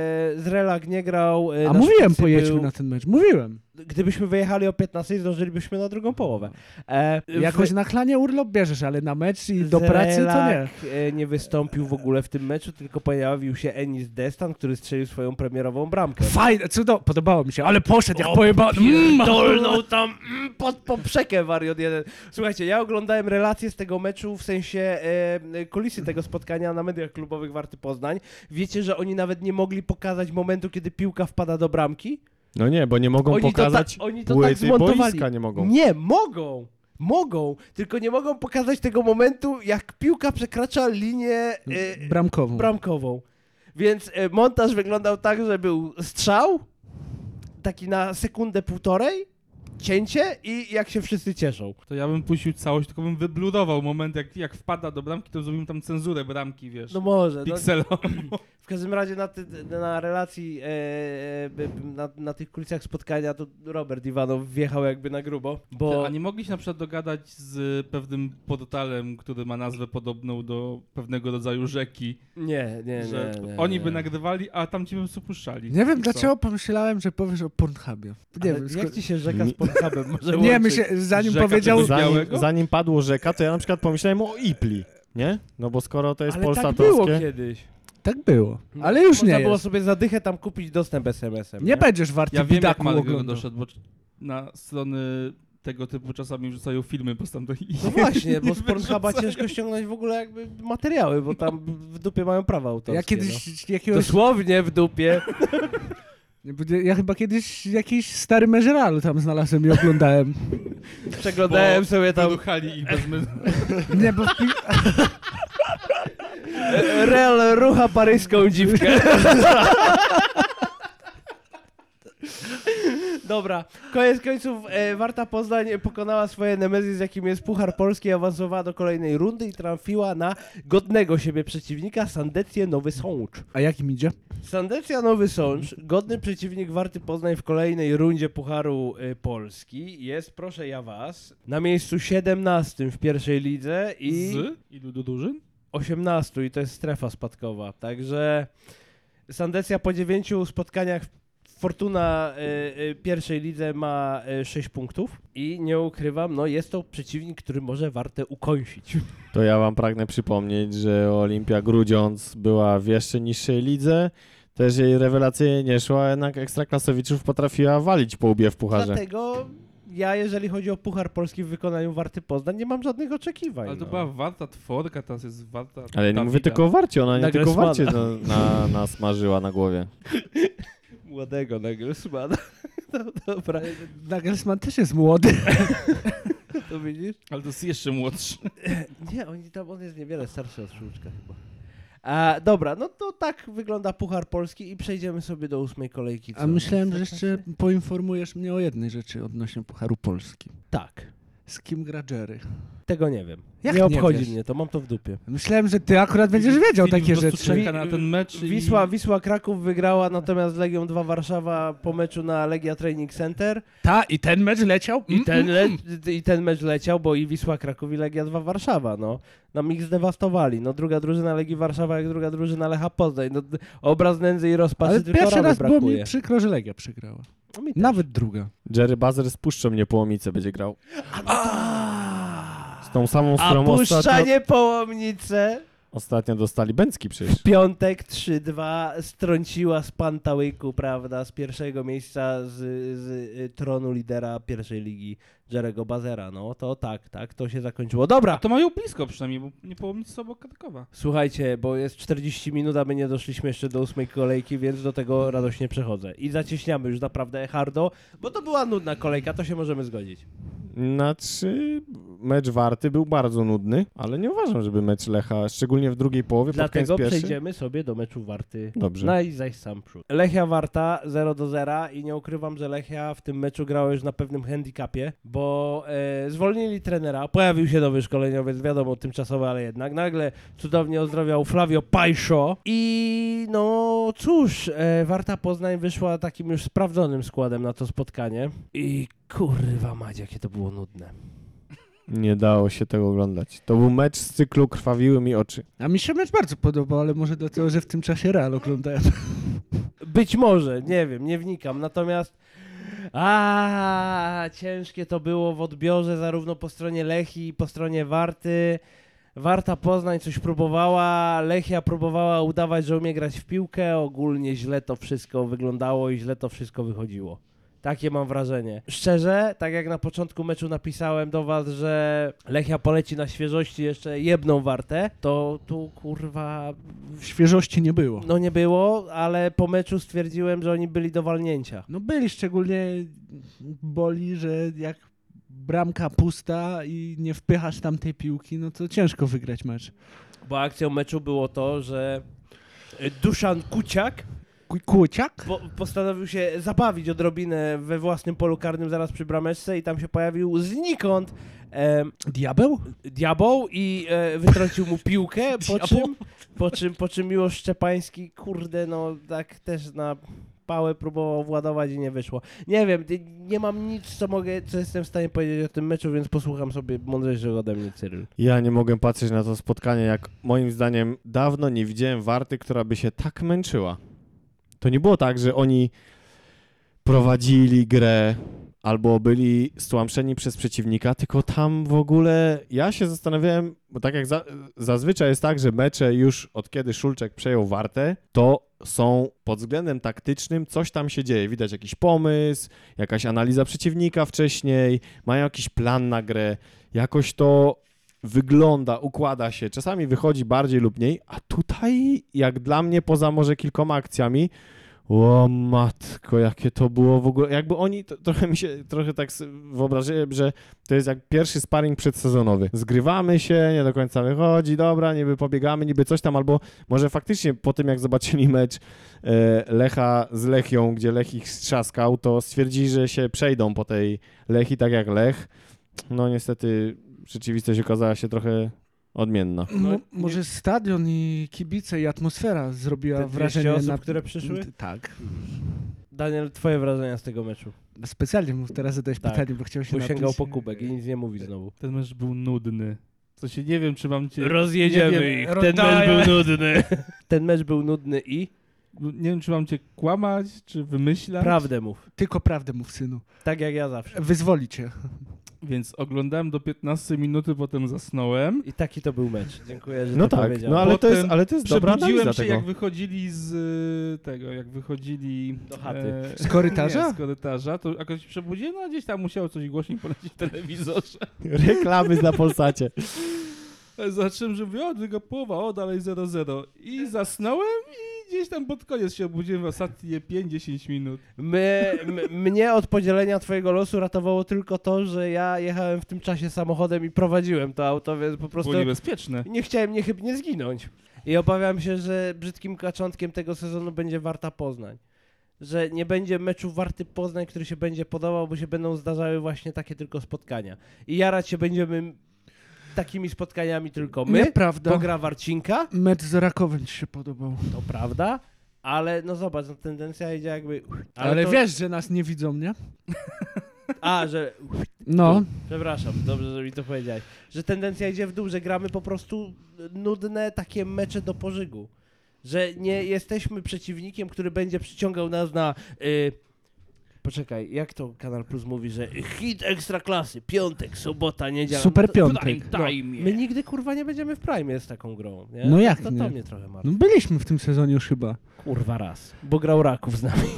Zrelak nie grał. E, A na mówiłem, szpicy pojedźmy był... na ten mecz. Mówiłem. Gdybyśmy wyjechali o piętnastej, zdążylibyśmy na drugą połowę. E, Jakoś na chlanie urlop bierzesz, ale na mecz i do pracy to nie. Zrelak, e, nie wystąpił w ogóle w tym meczu, tylko pojawił się Enis Destan, który strzelił swoją premierową bramkę. Fajne, cudo, podobało mi się, ale poszedł jak pojebał. Mm, Dolnął tam mm, pod poprzeczkę wariot jeden. Słuchajcie, ja oglądałem relacje z tego meczu, w sensie e, kulisy tego spotkania na mediach klubowych Warty Poznań. Wiecie, że oni nawet nie mogli pokazać momentu, kiedy piłka wpada do bramki? No nie, bo nie mogą Oni to pokazać tak- oni to tak płyty zmontowali. boiska, nie mogą. Nie, mogą! Mogą, tylko nie mogą pokazać tego momentu, jak piłka przekracza linię e, Bramkową. bramkową. Więc e, montaż wyglądał tak, że był strzał, taki na sekundę, półtorej, cięcie i jak się wszyscy cieszą. To ja bym puścił całość, tylko bym wybludował moment, jak, jak wpada do bramki, to zrobił tam cenzurę bramki, wiesz, No może. No, pikselową. w każdym razie na, ty, na relacji, e, e, na, na tych kulisach spotkania to Robert Iwanow wjechał jakby na grubo, bo... A nie mogli się na przykład dogadać z pewnym portalem, który ma nazwę podobną do pewnego rodzaju rzeki, Nie, nie, że nie, nie. oni nie. by nagrywali, a tam ci by puszczali. Nie wiem I co? dlaczego pomyślałem, że powiesz o Pornhubie. Nie Ale wiem. jak sko- ci się rzeka z Mi- Pornhubem może Nie, łączyć? myślę, zanim Rzeka powiedział... tego Zanim, białego? zanim padło rzeka, to ja na przykład pomyślałem o Ipli, nie? No bo skoro to jest Ale tak polsatowskie... było kiedyś. Tak było, No, ale już Można nie było jest. sobie za dychę tam kupić dostęp es em esem. Nie będziesz warty Ja wiem, jak bidaku Marek do tego oglądał. doszedł, bo na strony tego typu czasami wrzucają filmy, bo tam to No właśnie, bo z nie Pornhuba wyrzucają. ciężko ściągnąć w ogóle jakby materiały, bo tam w dupie mają prawa autorskie. Ja kiedyś jakiegoś... Dosłownie w dupie. Ja chyba kiedyś jakiś stary meżeralu tam znalazłem i oglądałem. Przeglądałem sobie tam Wyduchali ich bez my... Nie, bo... w pi- Real rucha paryską dziwkę. Dobra, koniec końców e, Warta Poznań pokonała swoje nemezis, jakim jest Puchar Polski, awansowała do kolejnej rundy i trafiła na godnego siebie przeciwnika, Sandecję Nowy Sącz. A jak im idzie? Sandecja Nowy Sącz, godny przeciwnik Warty Poznań w kolejnej rundzie Pucharu y, Polski jest, proszę ja was, na miejscu siedemnastym w pierwszej lidze i Z ilu do drużyn? osiemnastym i to jest strefa spadkowa. Także Sandecja po dziewięciu spotkaniach Fortuna y, y, pierwszej lidze ma y, sześć punktów i nie ukrywam, no jest to przeciwnik, który może Wartę ukąsić. To ja wam pragnę przypomnieć, że Olimpia Grudziądz była w jeszcze niższej lidze, też jej rewelacyjnie nie szła, jednak Ekstraklasowiczów potrafiła walić po łbie w pucharze. Dlatego ja, jeżeli chodzi o Puchar Polski w wykonaniu Warty Poznań, nie mam żadnych oczekiwań. Ale to no. była Warta Tworka, teraz jest Warta Ale nie Dawida. mówię tylko o Warcie, ona nie Na tylko Gressmana. Warcie na, na, nasmażyła na głowie. Młodego Nagelsmana. No dobra, Nagelsmann też jest młody. to widzisz? Ale to jest jeszcze młodszy. Nie, oni tam, on jest niewiele starszy od Szulczka chyba. A, dobra, no to tak wygląda Puchar Polski i przejdziemy sobie do ósmej kolejki. A co? myślałem, że jeszcze poinformujesz mnie o jednej rzeczy odnośnie Pucharu Polski. Tak, Z kim gra Jerry? tego nie wiem. Jak nie nie obchodzi wiesz? mnie to, mam to w dupie. Myślałem, że ty akurat będziesz wiedział Filip takie po prostu rzeczy. czeka na ten mecz i... Wisła, Wisła Kraków wygrała natomiast Legią dwa Warszawa po meczu na Legia Training Center. Ta, i ten mecz leciał? I ten, le- I ten mecz leciał, bo i Wisła Kraków i Legia dwa Warszawa, no. Nam ich zdewastowali. No druga drużyna Legii Warszawa jak druga drużyna Lecha Poznań. No, d- obraz nędzy i rozpaczy Ale tylko pierwszy Ramy raz było brakuje. mi przykro, że Legia przegrała. No mi też. Nawet druga. Jerry Buzzer z Puszczą Niepołomice będzie grał. A, Z tą samą, z a którą ostatnio, puszczanie Połomnice ostatnio dostali Bęcki przecież. w piątek trzy dwa strąciła z Pantałyku, prawda, z pierwszego miejsca z, z y, tronu lidera pierwszej ligi Jerego Bazera. No to tak, tak, to się zakończyło. Dobra, To mają blisko przynajmniej, bo nie połomnicy sobą Krakowa. słuchajcie, bo jest czterdzieści minut, a my nie doszliśmy jeszcze do ósmej kolejki, więc do tego radośnie przechodzę. I zacieśniamy już naprawdę hardo, bo to była nudna kolejka, to się możemy zgodzić. Znaczy, mecz Warty był bardzo nudny, ale nie uważam, żeby mecz Lecha, szczególnie w drugiej połowie, pod Dlatego koniec pierwszy... przejdziemy sobie do meczu Warty. Dobrze. No i zaś sam przód. Lechia Warta zero do zera i nie ukrywam, że Lechia w tym meczu grała już na pewnym handicapie, bo e, zwolnili trenera, pojawił się nowy szkoleniowiec, wiadomo, tymczasowy, ale jednak. Nagle cudownie ozdrowiał Flavio Pajszo i no cóż, e, Warta Poznań wyszła takim już sprawdzonym składem na to spotkanie i kurwa mać, jakie to było nudne. Nie dało się tego oglądać. To był mecz z cyklu Krwawiły mi oczy. A mi się mecz bardzo podobał, ale może dlatego, że w tym czasie Real oglądałem. Być może, nie wiem, nie wnikam. Natomiast a ciężkie to było w odbiorze zarówno po stronie Lechii i po stronie Warty. Warta Poznań coś próbowała, Lechia próbowała udawać, że umie grać w piłkę. Ogólnie źle to wszystko wyglądało i źle to wszystko wychodziło. Takie mam wrażenie. Szczerze, tak jak na początku meczu napisałem do was, że Lechia poleci na świeżości jeszcze jedną Wartę, to tu kurwa Świeżości nie było. no nie było, ale po meczu stwierdziłem, że oni byli do walnięcia. No byli, szczególnie boli, że jak bramka pusta i nie wpychasz tam tej piłki, no to ciężko wygrać mecz. Bo akcją meczu było to, że Duszan Kuciak Ku- Kłociak? po, postanowił się zabawić odrobinę we własnym polu karnym zaraz przy brameczce i tam się pojawił znikąd e, Diabeł? diabeł i e, wytrącił mu piłkę, po Diabeł? czym, po czym po czym Miłosz Szczepański, kurde, no tak też na pałę próbował władować i nie wyszło. Nie wiem, nie mam nic, co mogę, co jestem w stanie powiedzieć o tym meczu, więc posłucham sobie mądrzejszego ode mnie, Cyryl. Ja nie mogę patrzeć na to spotkanie, jak moim zdaniem dawno nie widziałem Warty, która by się tak męczyła. To nie było tak, że oni prowadzili grę albo byli stłamszeni przez przeciwnika, tylko tam w ogóle ja się zastanawiałem, bo tak jak za, zazwyczaj jest tak, że mecze już od kiedy Szulczek przejął Wartę, to są pod względem taktycznym, coś tam się dzieje. Widać jakiś pomysł, jakaś analiza przeciwnika wcześniej, mają jakiś plan na grę, jakoś to wygląda, układa się, czasami wychodzi bardziej lub mniej, a tutaj jak dla mnie poza może kilkoma akcjami O matko, jakie to było w ogóle, jakby oni, to, trochę mi się, trochę tak s- wyobraziłem, że to jest jak pierwszy sparring przedsezonowy. Zgrywamy się, nie do końca wychodzi, dobra, niby pobiegamy, niby coś tam, albo może faktycznie po tym, jak zobaczyli mecz e, Lecha z Lechią, gdzie Lech ich strzaskał, to stwierdzili, że się przejdą po tej Lechi tak jak Lech. No niestety rzeczywistość okazała się trochę odmienna. No, Mo- nie- może stadion i kibice i atmosfera zrobiła Te dwieście wrażenie osób, na... które przyszły? Tak. Daniel, twoje wrażenia z tego meczu? Specjalnie mu teraz zadałeś Tak, pytanie, bo chciał się Bo sięgał napić. po kubek i nic nie mówi znowu. Ten mecz był nudny. W sensie nie wiem, czy mam cię... Rozjedziemy nie wiem, ich, ro- ten tak. mecz był nudny. Ten mecz był nudny i Nie wiem, czy mam cię kłamać, czy wymyślać. prawdę mów. Tylko prawdę mów, synu. Tak jak ja zawsze. Wyzwoli cię. Więc oglądałem do piętnastej minuty, potem zasnąłem. I taki to był mecz. Dziękuję, że No to tak, powiedziałem. no ale to jest, Potem ale to jest dobra Przebudziłem analiza się, tego. jak wychodzili z y, tego, jak wychodzili... Do chaty. Z korytarza? Nie, z korytarza. To jakoś się przebudziłem, no a gdzieś tam musiało coś głośniej polecieć w telewizorze. Reklamy na Polsacie. Zobaczyłem, że mówię, o, druga połowa, o, dalej zero zero. I zasnąłem i gdzieś tam pod koniec się obudziłem w ostatnie pięć dziesięć minut. My, m, mnie od podzielenia twojego losu ratowało tylko to, że ja jechałem w tym czasie samochodem i prowadziłem to auto, więc po prostu Było niebezpieczne. nie chciałem niechybnie zginąć. I obawiam się, że brzydkim kaczątkiem tego sezonu będzie Warta Poznań. Że nie będzie meczu Warty Poznań, który się będzie podobał, bo się będą zdarzały właśnie takie tylko spotkania. I jarać się będziemy takimi spotkaniami tylko my, Nieprawda. bo gra Warcinka, Mecz z Rakowem ci się podobał. to prawda, ale no zobacz, no tendencja idzie jakby... Ale, to... wiesz, że nas nie widzą, nie? A, że... No. Przepraszam, dobrze, że mi to powiedziałeś. Że tendencja idzie w dół, że gramy po prostu nudne takie mecze do pożygu. Że nie jesteśmy przeciwnikiem, który będzie przyciągał nas na... Y... Poczekaj, jak to Kanal Plus mówi, że hit ekstraklasy, piątek, sobota, niedziela. Super No, piątek. No, my nigdy kurwa nie będziemy w prime z taką grą, nie? No jak to, to nie? mnie trochę martwi. No byliśmy w tym sezonie już chyba. Kurwa raz, bo grał Raków z nami.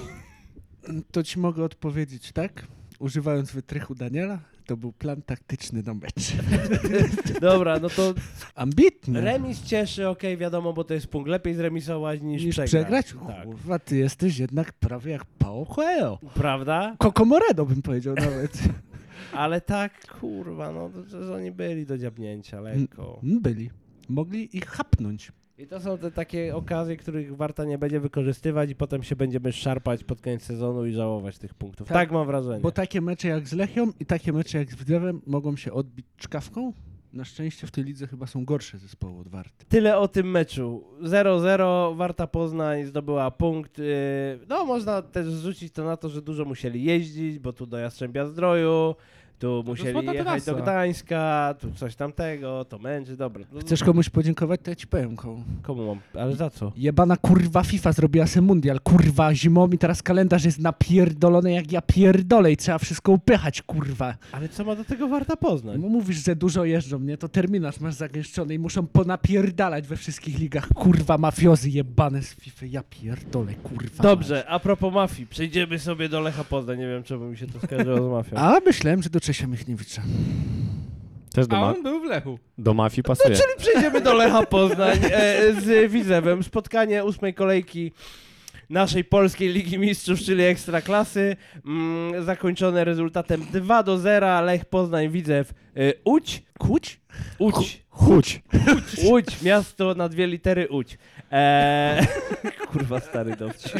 To ci mogę odpowiedzieć, tak? Używając wytrychu Daniela, to był plan taktyczny na mecz. Dobra, no to Ambitny. remis cieszy, okej, wiadomo, bo to jest punkt. Lepiej zremisować niż, Niż przegrać. przegrać? Tak. Kurwa, ty jesteś jednak prawie jak Paulo Coelho. Prawda? Coco Moredo bym powiedział nawet. Ale tak, kurwa, no to, że oni byli do dziabnięcia lekko. Mm, Byli. Mogli ich chapnąć. I to są te takie okazje, których Warta nie będzie wykorzystywać i potem się będziemy szarpać pod koniec sezonu i żałować tych punktów. Tak, Tak, mam wrażenie. Bo takie mecze jak z Lechią i takie mecze jak z Widzewem mogą się odbić czkawką. Na szczęście w tej lidze chyba są gorsze zespoły od Warty. Tyle o tym meczu. zero zero, Warta Poznań zdobyła punkt. Yy, No, można też zrzucić to na to, że dużo musieli jeździć, bo tu do Jastrzębia Zdroju, tu musieli ładna jechać trasa. do Gdańska, tu coś tamtego, to męczy, dobra. No, Chcesz komuś podziękować, to ja ci powiem komu. Komu mam? Ale za co? Jebana kurwa FIFA zrobiła se mundial, kurwa zimą i teraz kalendarz jest napierdolony jak ja pierdolę i trzeba wszystko upychać, kurwa. Ale co ma do tego Warta Poznań? No mówisz, że dużo jeżdżą, nie? To terminarz masz zagęszczony i muszą ponapierdalać we wszystkich ligach, kurwa mafiozy jebane z FIFA, ja pierdolę, kurwa. Dobrze, a propos mafii, przejdziemy sobie do Lecha Poznań. Nie wiem, czemu mi się to skojarzyło z mafią. A myślałem, że do Czesia Michniewicza. Też do, A ma- on był w Lechu. do mafii pasuje. Czyli przejdziemy do Lecha Poznań e, z Widzewem. Spotkanie ósmej kolejki naszej polskiej Ligi Mistrzów, czyli Ekstraklasy. Mm, zakończone rezultatem dwa do zera. Lech Poznań, Widzew, e, Łódź. Kuć? Łódź. Chudź. Łódź, miasto na dwie litery Łódź. E, kurwa, stary dowcip.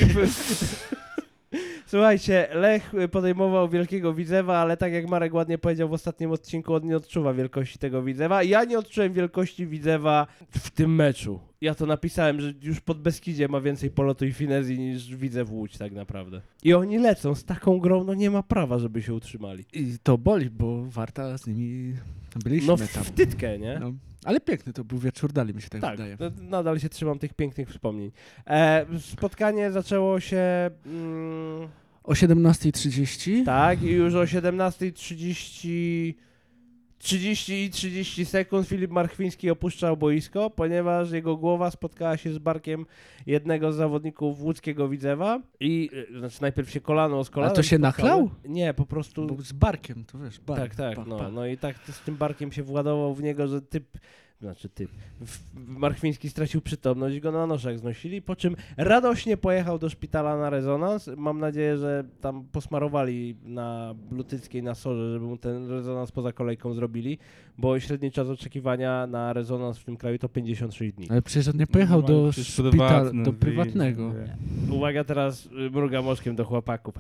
Słuchajcie, Lech podejmował wielkiego Widzewa, ale tak jak Marek ładnie powiedział w ostatnim odcinku, on nie odczuwa wielkości tego Widzewa. Ja nie odczułem wielkości Widzewa w tym meczu. Ja to napisałem, że już pod Beskidzie ma więcej polotu i finezji niż Widzew Łódź tak naprawdę. I oni lecą z taką grą, no nie ma prawa, żeby się utrzymali. I to boli, bo Warta z nimi byliśmy No tam. w tytkę, nie? No. Ale piękny to był wieczór, dalej mi się tak, Tak, wydaje. no, nadal się trzymam tych pięknych wspomnień. E, spotkanie zaczęło się... Mm, O siedemnasta trzydzieści. Tak, i już o siedemnasta trzydzieści trzydzieści i trzydzieści sekund Filip Marchwiński opuszczał boisko, ponieważ jego głowa spotkała się z barkiem jednego z zawodników łódzkiego Widzewa i, y, znaczy najpierw się kolano z kolanem A to się spotkały. nachlał? Nie, po prostu... Bo z barkiem, to wiesz, bark. tak, tak, pa, no, pa. no i tak z tym barkiem się władował w niego, że typ znaczy typ, w- Marchwiński stracił przytomność i go na noszach znosili, po czym radośnie pojechał do szpitala na rezonans. Mam nadzieję, że tam posmarowali na Blutyckiej, na Sorze, żeby mu ten rezonans poza kolejką zrobili, bo średni czas oczekiwania na rezonans w tym kraju to pięćdziesiąt sześć dni. Ale przecież on nie pojechał No, do przecież szpitala, prywatny, do wy- prywatnego. Uwaga, teraz y, mrugam oczkiem do chłopaków.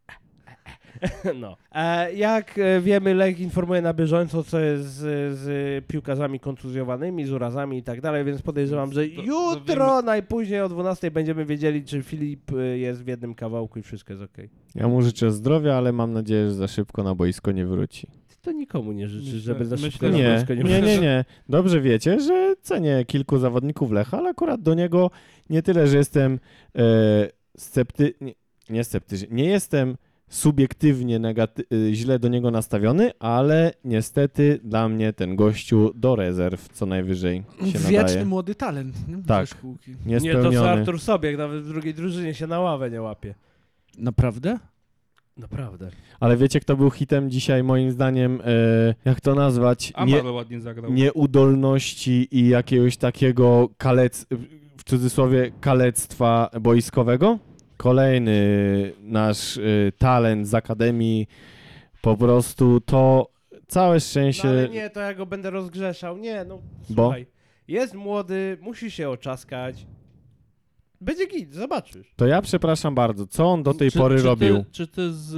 No. E, jak e, wiemy, Lech informuje na bieżąco, co jest z, z piłkarzami kontuzjowanymi, z urazami i tak dalej, więc podejrzewam, że To- to jutro wiemy. najpóźniej o dwunastej będziemy wiedzieli, czy Filip y, jest w jednym kawałku i wszystko jest okej. Ja mu życzę zdrowia, ale mam nadzieję, że za szybko na boisko nie wróci. Ty to nikomu nie życzysz, Myślę- żeby za myślę, szybko że- na Nie, boisko nie nie, nie, wrócił. nie. Dobrze wiecie, że cenię kilku zawodników Lecha, ale akurat do niego nie tyle, że jestem e, scepty... Nie, nie sceptyczny. Nie jestem subiektywnie negaty- y, źle do niego nastawiony, ale niestety dla mnie ten gościu do rezerw co najwyżej się Wieczny nadaje. młody talent. Nie? Tak. Ze szkółki. Nie, to Niespełniony. co Artur Sobiek, nawet w drugiej drużynie się na ławę nie łapie. Naprawdę? Naprawdę. Ale wiecie, kto był hitem dzisiaj moim zdaniem, e, jak to nazwać? Nie, Amaro ładnie zagrał. nieudolności i jakiegoś takiego kalec, w cudzysłowie kalectwa boiskowego. Kolejny nasz y, talent z Akademii, po prostu to całe szczęście... No ale nie, to ja go będę rozgrzeszał. Nie, no Bo? słuchaj. Jest młody, musi się oczaskać. Będzie git, zobaczysz. To ja przepraszam bardzo, co on do tej Czy- pory czy robił? Ty, czy ty z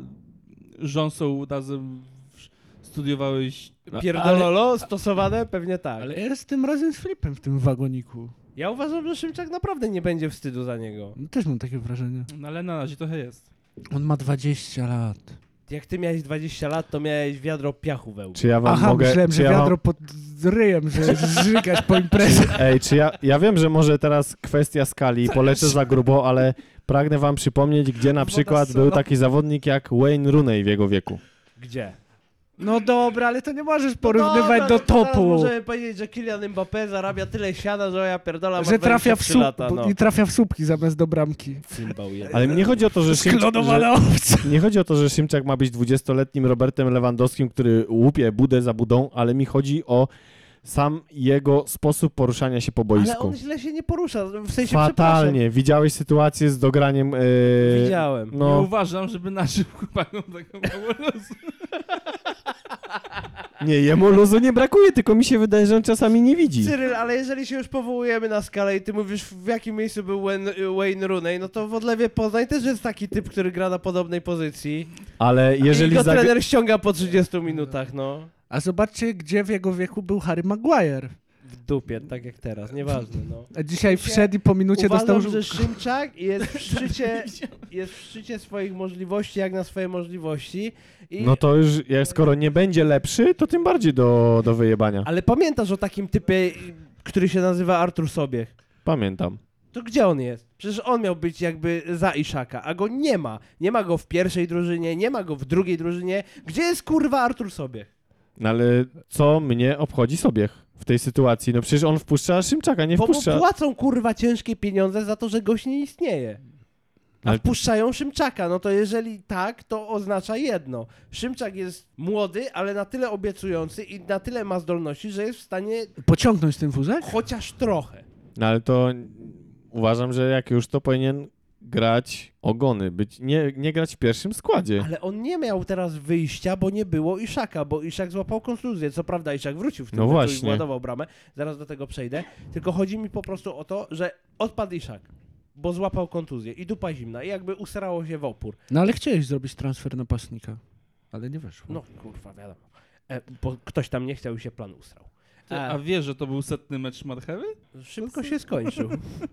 y, Rząsą razem w- studiowałeś... Pierdololo stosowane? Pewnie tak. Ale ja jest tym razem z Filipem w tym wagoniku. Ja uważam, że Szymczak naprawdę nie będzie wstydu za niego. No, też mam takie wrażenie. No ale na razie trochę jest. On ma dwadzieścia lat. Jak ty miałeś dwadzieścia lat, to miałeś wiadro piachu we łbie. Czy ja wam Aha, mogę... myślałem, czy że ja wiadro wam, pod ryjem, że zżygać po imprezie. ej, czy ja... Ja wiem, że może teraz kwestia skali, polecę za grubo, ale pragnę wam przypomnieć, gdzie na Woda przykład z solą. był taki zawodnik jak Wayne Rooney w jego wieku. Gdzie? No dobra, ale to nie możesz No porównywać dobra, do no to teraz topu. możemy powiedzieć, że Kylian Mbappé zarabia tyle siana, że ja pierdolę, ma Że trafia w dwadzieścia trzy słup lata, no. i trafia w słupki zamiast do bramki. Cymbał jeden. Ale nie chodzi o to, że Szymczak... Sklonowana owca. Nie chodzi o to, że Szymczak ma być dwudziestoletnim Robertem Lewandowskim, który łupie budę za budą, ale mi chodzi o sam jego sposób poruszania się po Ale boisku. on źle się nie porusza, w sensie Fatalnie. Widziałeś sytuację z dograniem... przepraszam. Yy... Widziałem. Nie No, uważam, żeby naszym chłopakom taką mało losu. nie, jemu luzu nie brakuje, tylko mi się wydaje, że on czasami nie widzi. Cyryl, ale jeżeli się już powołujemy na skalę i ty mówisz, w jakim miejscu był Wayne, Wayne Rooney, no to w Odlewie Poznań też jest taki typ, który gra na podobnej pozycji. Ale jeżeli... I go zag- trener ściąga po trzydziestu minutach, no. A zobaczcie, gdzie w jego wieku był Harry Maguire. W dupie, tak jak teraz, nieważne, no. A dzisiaj wszedł i po minucie Uważam, dostał... że Szymczak jest w szczycie, jest w szczycie swoich możliwości, jak na swoje możliwości. I... No to już, jak skoro nie będzie lepszy, to tym bardziej do, do wyjebania. Ale pamiętasz o takim typie, który się nazywa Artur Sobiech? Pamiętam. To gdzie on jest? Przecież on miał być jakby za Iszaka, a go nie ma. Nie ma go w pierwszej drużynie, nie ma go w drugiej drużynie. Gdzie jest kurwa Artur Sobiech? No ale co mnie obchodzi Sobiech w tej sytuacji? No przecież on wpuszcza Szymczaka, nie Bo mu wpuszcza... płacą kurwa ciężkie pieniądze za to, że gość nie istnieje. A Ale- wpuszczają Szymczaka, no to jeżeli tak, to oznacza jedno. Szymczak jest młody, ale na tyle obiecujący i na tyle ma zdolności, że jest w stanie Pociągnąć ten wózek? chociaż trochę. No ale to uważam, że jak już to powinien grać ogony, być, nie, nie grać w pierwszym składzie. Ale on nie miał teraz wyjścia, bo nie było Iszaka, bo Iszak złapał kontuzję. Co prawda Iszak wrócił w tym No meczu i właśnie. władował bramę. Zaraz do tego przejdę. Tylko chodzi mi po prostu o to, że odpadł Iszak, bo złapał kontuzję i dupa zimna i jakby usrało się w opór. No ale chciałeś zrobić transfer napastnika. Ale nie weszło. No kurwa, wiadomo. E, bo ktoś tam nie chciał i się plan usrał. Ty, E, a wiesz, że to był setny mecz Marchewy? szybko się skończył.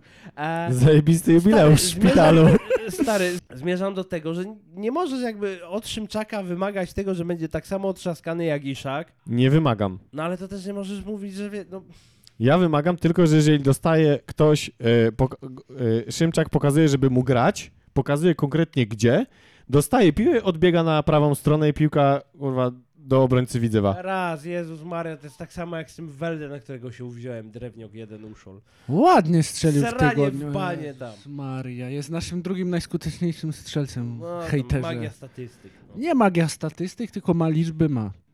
E, Zajebisty jubileusz w Stary, szpitalu. Zmierzam, stary, zmierzam do tego, że nie możesz jakby od Szymczaka wymagać tego, że będzie tak samo otrzaskany jak Iszak, Nie wymagam. no ale to też nie możesz mówić, że wie, no, Ja wymagam tylko, że jeżeli dostaje ktoś, e, pok- e, Szymczak pokazuje, żeby mu grać, pokazuje konkretnie gdzie, dostaje piłę, odbiega na prawą stronę i piłka, kurwa, do obrońcy Widzewa. raz, Jezus Maria, to jest tak samo jak z tym Welde, na którego się uwziąłem, drewniok jeden uszol. Ładnie strzelił w Seranie tygodniu. w banie tam. Jezus Maria, jest naszym drugim najskuteczniejszym strzelcem. No, to Hejterze. magia statystyk. No. Nie magia statystyk, tylko ma liczby, ma.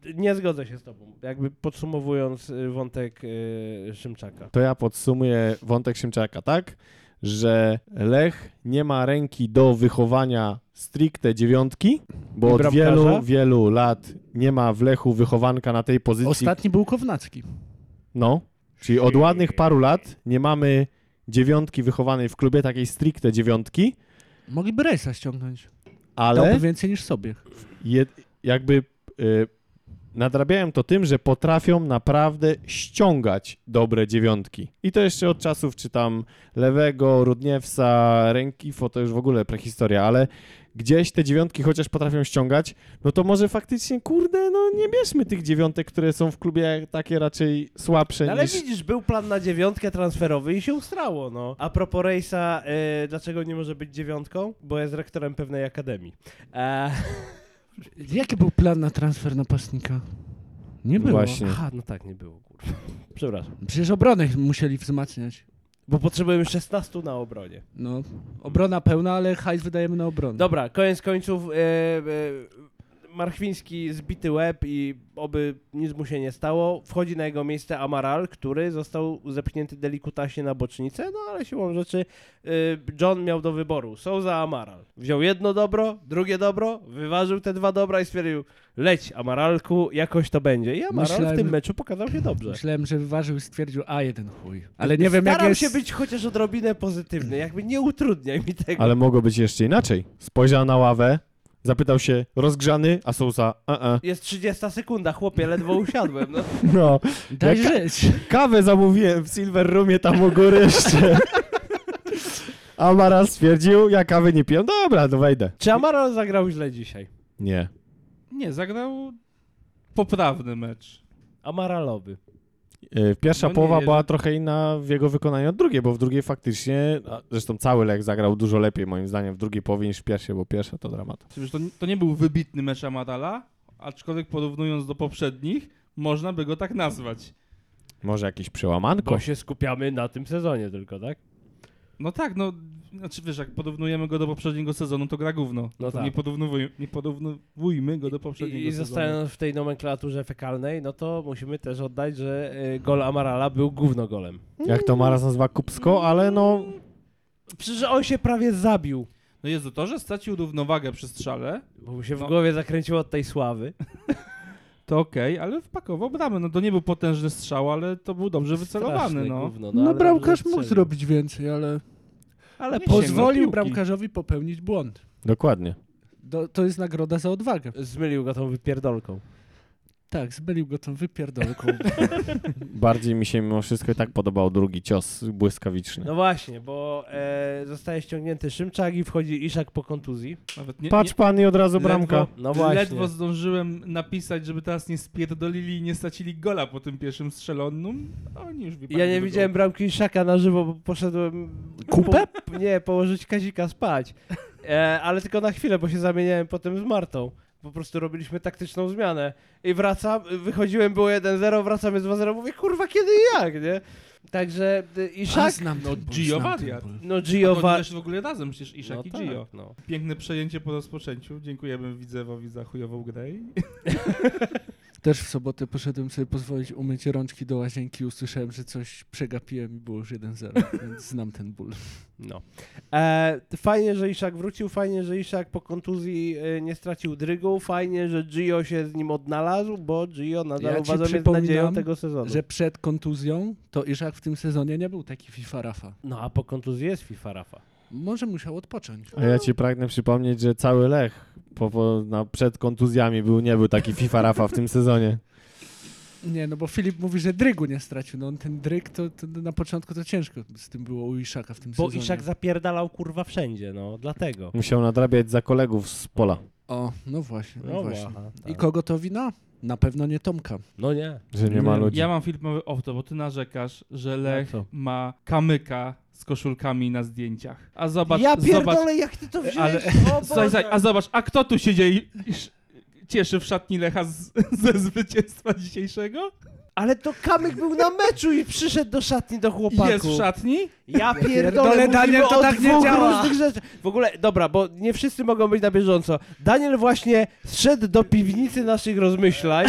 nie zgodzę się z tobą. Jakby podsumowując y, wątek y, Szymczaka. To ja podsumuję wątek Szymczaka tak, że Lech nie ma ręki do wychowania stricte dziewiątki, bo I od bramkarza? wielu, wielu lat nie ma w Lechu wychowanka na tej pozycji. Ostatni był Kownacki. No, czyli od ładnych paru lat nie mamy dziewiątki wychowanej w klubie, takiej stricte dziewiątki, Mogliby Rejsa ściągnąć. ale Dałby więcej niż sobie. je, jakby y, nadrabiają to tym, że potrafią naprawdę ściągać dobre dziewiątki. I to jeszcze od czasów, czy tam Lewego, Rudniewsa, Rękifo, to już w ogóle prehistoria, ale gdzieś te dziewiątki chociaż potrafią ściągać, no to może faktycznie, kurde, no nie bierzmy tych dziewiątek, które są w klubie takie raczej słabsze No, ale niż... widzisz, był plan na dziewiątkę transferowy i się ustrało, no. A propos Rejsa, y, dlaczego nie może być dziewiątką? Bo jest rektorem pewnej akademii. E, Jaki był plan na transfer napastnika? Nie było. Właśnie. aha, no tak, nie było, kurwa. Przepraszam. Przecież obronę musieli wzmacniać. Bo potrzebujemy szesnastu na obronie. No, obrona pełna, ale hajs wydajemy na obronę. Dobra, koniec końców, e, e, Marchwiński zbity łeb i oby nic mu się nie stało. Wchodzi na jego miejsce Amaral, który został zepchnięty delikutaśnie na bocznicę, no ale siłą rzeczy e, John miał do wyboru Souza, Amaral. Wziął jedno dobro, drugie dobro, wyważył te dwa dobra i stwierdził, leć Amaralku, jakoś to będzie. I Amaral Myślałem- w tym meczu pokazał się dobrze. Myślałem, że wyważył i stwierdził, a jeden chuj. Ale nie wiem, jak Staram jest... się być chociaż odrobinę pozytywny, jakby nie utrudniaj mi tego. Ale mogło być jeszcze inaczej. Spojrzał na ławę, zapytał się, rozgrzany, a Sousa, a Jest trzydziesta sekunda, chłopie, ledwo usiadłem. No. No, Daj Jaka- żyć. kawę zamówiłem w Silver Roomie tam u góry jeszcze. Amaral stwierdził, ja kawy nie piję, dobra, to wejdę. Czy Amaral zagrał źle dzisiaj? Nie. Nie, zagrał poprawny mecz. Amaralowy. Yy, Pierwsza No nie, połowa jeżeli- była trochę inna w jego wykonaniu od drugiej, bo w drugiej faktycznie, a zresztą cały Lech zagrał dużo lepiej moim zdaniem w drugiej połowie niż w pierwszej, bo pierwsza to dramat. Przecież to, to nie był wybitny mecz Amarala, aczkolwiek porównując do poprzednich, można by go tak nazwać. Może jakieś przełamanko? Bo się skupiamy na tym sezonie tylko, tak? No tak, no, znaczy wiesz, jak porównujemy go do poprzedniego sezonu, to gra gówno. No to tak. nie, porównowuj, nie porównujmy go do poprzedniego I, i sezonu. zostając w tej nomenklaturze fekalnej, no to musimy też oddać, że y, gol Amarala był gówno golem. Jak to Maras nazywa kupsko, ale no... Przecież on się prawie zabił, No Jezu, to, że stracił równowagę przy strzale, bo mu się w No. głowie zakręciło od tej sławy. to okej, ale wpakował bramę. No to nie był potężny strzał, ale to był dobrze wycelowany, Straszne no. Gówno, No, ale bramkarz dobrze mógł strzelił. zrobić więcej, ale Ale Nie pozwolił. sięgnął pozwolił piłki. bramkarzowi popełnić błąd. Dokładnie. Do, to jest nagroda za odwagę. Zmylił go tą wypierdolką. Tak, zmylił go tą wypierdolką. Bardziej mi się mimo wszystko i tak podobał drugi cios błyskawiczny. No właśnie, bo e, zostaje ściągnięty Szymczak i wchodzi Iszak po kontuzji. Nawet nie, Patrz pan i od razu Ledwo- bramka. No właśnie. Ledwo zdążyłem napisać, żeby teraz nie spierdolili i nie stracili gola po tym pierwszym strzelonym. Oni już wypadli Ja nie do widziałem dołu. bramki Iszaka na żywo, bo poszedłem... Kupę? Po, nie, położyć Kazika spać. E, ale tylko na chwilę, bo się zamieniałem potem z Martą. Po prostu robiliśmy taktyczną zmianę. I wracam, wychodziłem, było jeden zero, wracam, jest dwa zero, mówię, kurwa, kiedy i jak, nie? Także y, A, Iszak... znam No, ten ból, Gio znam ten wariat. ból. No A Gio... to Wa- oni też w ogóle razem, przecież Iszak no i tak, Gio. no. Piękne przejęcie po rozpoczęciu. Dziękujemy Widzewowi za chujową grę. i- Też w sobotę poszedłem sobie pozwolić umyć rączki do łazienki i usłyszałem, że coś przegapiłem i było już jeden zero, więc znam ten ból. No. E, fajnie, że Iszak wrócił, fajnie, że Iszak po kontuzji e, nie stracił drygu, fajnie, że Gio się z nim odnalazł, bo Gio nadal Ja ci uważam jest przypominam, nadzieją tego sezonu. Że przed kontuzją to Iszak w tym sezonie nie był taki FIFA Rafa. No a po kontuzji jest FIFA Rafa. Może musiał odpocząć. A ja ci pragnę przypomnieć, że cały Lech po, po, na, przed kontuzjami był, nie był taki FIFA Rafa w tym sezonie. Nie, no bo Filip mówi, że drygu nie stracił. No on ten dryg to, to na początku to ciężko z tym było u Iszaka w tym Bo sezonie. Iszak zapierdalał kurwa wszędzie, no dlatego. Musiał nadrabiać za kolegów z pola, O, no właśnie, no, No właśnie. aha, I tak. kogo to wina? Na pewno nie Tomka. No nie. że nie ma Nie, ludzi. Ja mam filmowy off-to, bo ty narzekasz, że Lech co? ma kamyka z koszulkami na zdjęciach. A zobacz, ja zobacz, pierdolę, jak ty to wziąłeś, ale- o Słuchaj, Boże. słuchaj, a zobacz, a kto tu się dzieje, cieszy w szatni Lecha z, ze zwycięstwa dzisiejszego? Ale to Kamyk był na meczu i przyszedł do szatni do chłopaków. Jest w szatni? Ja pierdolę, pierdolę, mówimy Daniel, to o tak nie dwóch działa. różnych rzeczach. W ogóle, dobra, bo nie wszyscy mogą być na bieżąco. Daniel właśnie zszedł do piwnicy naszych rozmyślań,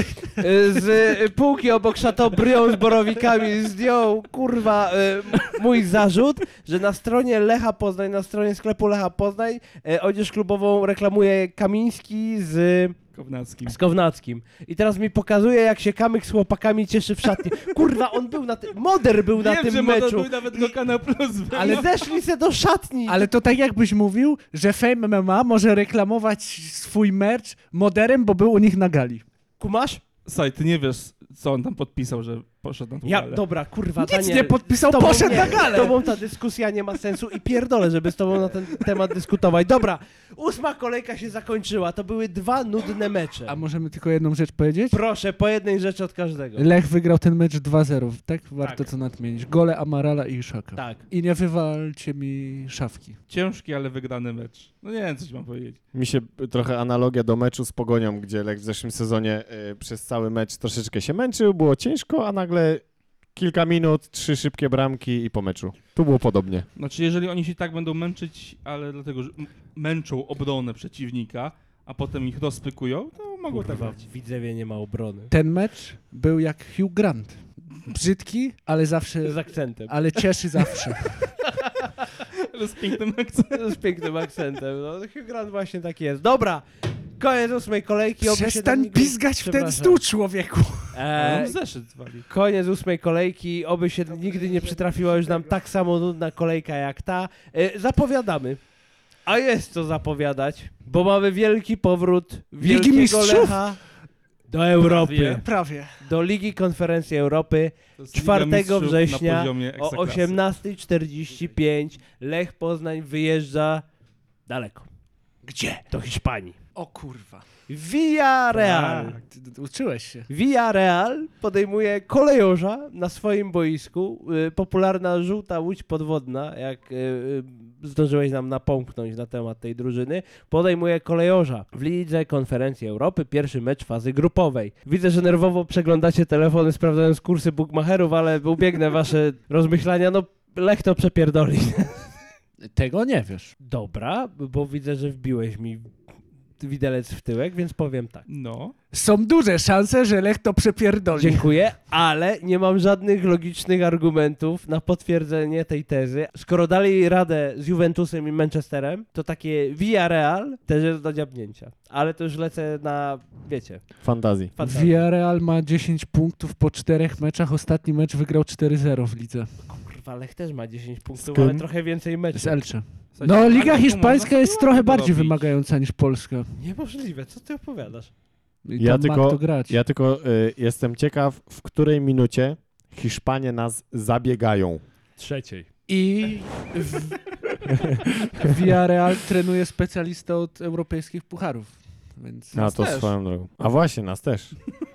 z półki obok Chateaubriand z borowikami zdjął, kurwa, mój zarzut, że na stronie Lecha Poznań, na stronie sklepu Lecha Poznań odzież klubową reklamuje Kamiński z... Kownackim. Z Kownackim. I teraz mi pokazuje, jak się Kamyk z chłopakami cieszy w szatni. Kurwa, on był na tym... Moder był na Wiem, tym że meczu. Był nawet do Kanał Plus. Ale zeszli se do szatni. Ale to tak jakbyś mówił, że Fame M M A może reklamować swój merch moderem, bo był u nich na gali. Kumasz? Słuchaj, ty nie wiesz, co on tam podpisał, że poszedł na tą Ja, galę. dobra, kurwa, Nic Daniel, nie podpisał, z tobą poszedł nie, na galę. Z tobą ta dyskusja nie ma sensu i pierdolę, żeby z tobą na ten temat dyskutować. Dobra, ósma kolejka się zakończyła, to były dwa nudne mecze. A możemy tylko jedną rzecz powiedzieć? Proszę, po jednej rzeczy od każdego. Lech wygrał ten mecz dwa zero, tak? Warto Tak. to nadmienić. Gole Amarala i Iszaka. Tak. I nie wywalcie mi szafki. Ciężki, ale wygrany mecz. No nie wiem, co ci mam powiedzieć. Mi się trochę analogia do meczu z Pogonią, gdzie Lech w zeszłym sezonie y, przez cały mecz troszeczkę się męczył, było ciężko, a nagle kilka minut, trzy szybkie bramki i po meczu. Tu było podobnie. Znaczy, jeżeli oni się tak będą męczyć, ale dlatego, że m- męczą obronę przeciwnika, a potem ich rozpykują, to mogło tak Kurwa, być. w Widzewie nie ma obrony. Ten mecz był jak Hugh Grant. Brzydki, ale zawsze... Z akcentem. Ale cieszy zawsze. Ale z pięknym akcentem. Z pięknym akcentem. No, Hugh Grant właśnie tak jest. Dobra, koniec ósmej kolejki. oby się Przestań ten- pizgać w ten Przepraszam. stół, człowieku. Eee, On zeszyt wali. Koniec ósmej kolejki, oby się nigdy nie przytrafiła już nam tak samo nudna kolejka jak ta. E, zapowiadamy. A jest co zapowiadać, bo mamy wielki powrót Wielkiego Mistrzów? Lecha do Europy. Prawie. Prawie. Do Ligi Konferencji Europy. To jest Liga czwartego Mistrzów września na poziomie o Ekstraklasy. osiemnasta czterdzieści pięć Lech Poznań wyjeżdża daleko. Gdzie? Do Hiszpanii. O kurwa. Villarreal. Tak, ty- ty Uczyłeś się. Villarreal podejmuje kolejorza na swoim boisku. Y, popularna żółta łódź podwodna, jak y, y, zdążyłeś nam napomknąć na temat tej drużyny, podejmuje kolejorza w Lidze Konferencji Europy. Pierwszy mecz fazy grupowej. Widzę, że nerwowo przeglądacie telefony, sprawdzając kursy bookmacherów, ale ubiegnę wasze rozmyślania. No, Lech to przepierdoli. Tego nie wiesz. Dobra, bo widzę, że wbiłeś mi widelec w tyłek, więc powiem tak. No. Są duże szanse, że Lech to przepierdoli. Dziękuję, ale nie mam żadnych logicznych argumentów na potwierdzenie tej tezy. Skoro dali radę z Juventusem i Manchesterem, to takie Villarreal też jest do dziabnięcia. Ale to już lecę na, wiecie, Fantazji. fantazję. Villarreal ma dziesięć punktów po czterech meczach. Ostatni mecz wygrał cztery zero w lidze. Kurwa, Lech też ma dziesięć punktów, kim? ale trochę więcej Z meczów. Elche. Słuchajcie, No, ale Liga tu Hiszpańska można jest było trochę to bardziej robić. wymagająca niż Polska. Niemożliwe, co ty opowiadasz? I Ja tam tylko- ma kto grać. Ja tylko y, jestem ciekaw, w której minucie Hiszpanie nas zabiegają. Trzeciej. I w... Villarreal trenuje specjalista od europejskich pucharów. Więc A Nas to też. swoją drogą. A właśnie, nas też.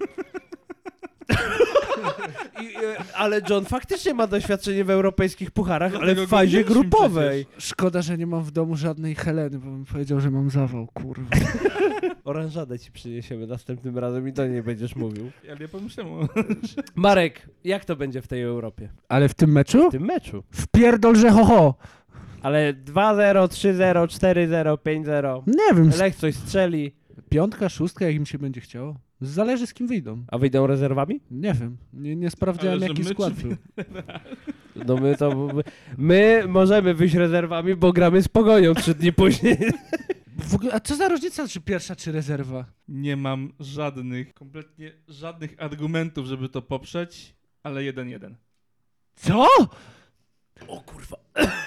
I, e, ale John faktycznie ma doświadczenie w europejskich pucharach, ale Dlatego w go fazie mieliśmy grupowej. szkoda, że nie mam w domu żadnej Heleny, bo bym powiedział, że mam zawał, kurwa. Oranżadę ci przyniesiemy następnym razem i do niej będziesz mówił. Ja nie pomyślałem o... Marek, jak to będzie w tej Europie? Ale w tym meczu? W tym meczu. Wpierdol, że ho, ho. Ale dwa zero, trzy zero, cztery zero, pięć zero. Nie wiem, Lech coś strzeli, piątka, szóstka, jak im się będzie chciało. Zależy z kim wyjdą. a wyjdą rezerwami? Nie wiem, nie, nie sprawdzałem Ale że jaki my skład czy- był. No my to... My, my możemy wyjść rezerwami, bo gramy z Pogonią trzy dni później. W ogóle, a co za różnica, czy pierwsza, czy rezerwa? Nie mam żadnych, kompletnie żadnych argumentów, żeby to poprzeć, ale jeden jeden. Co? O kurwa.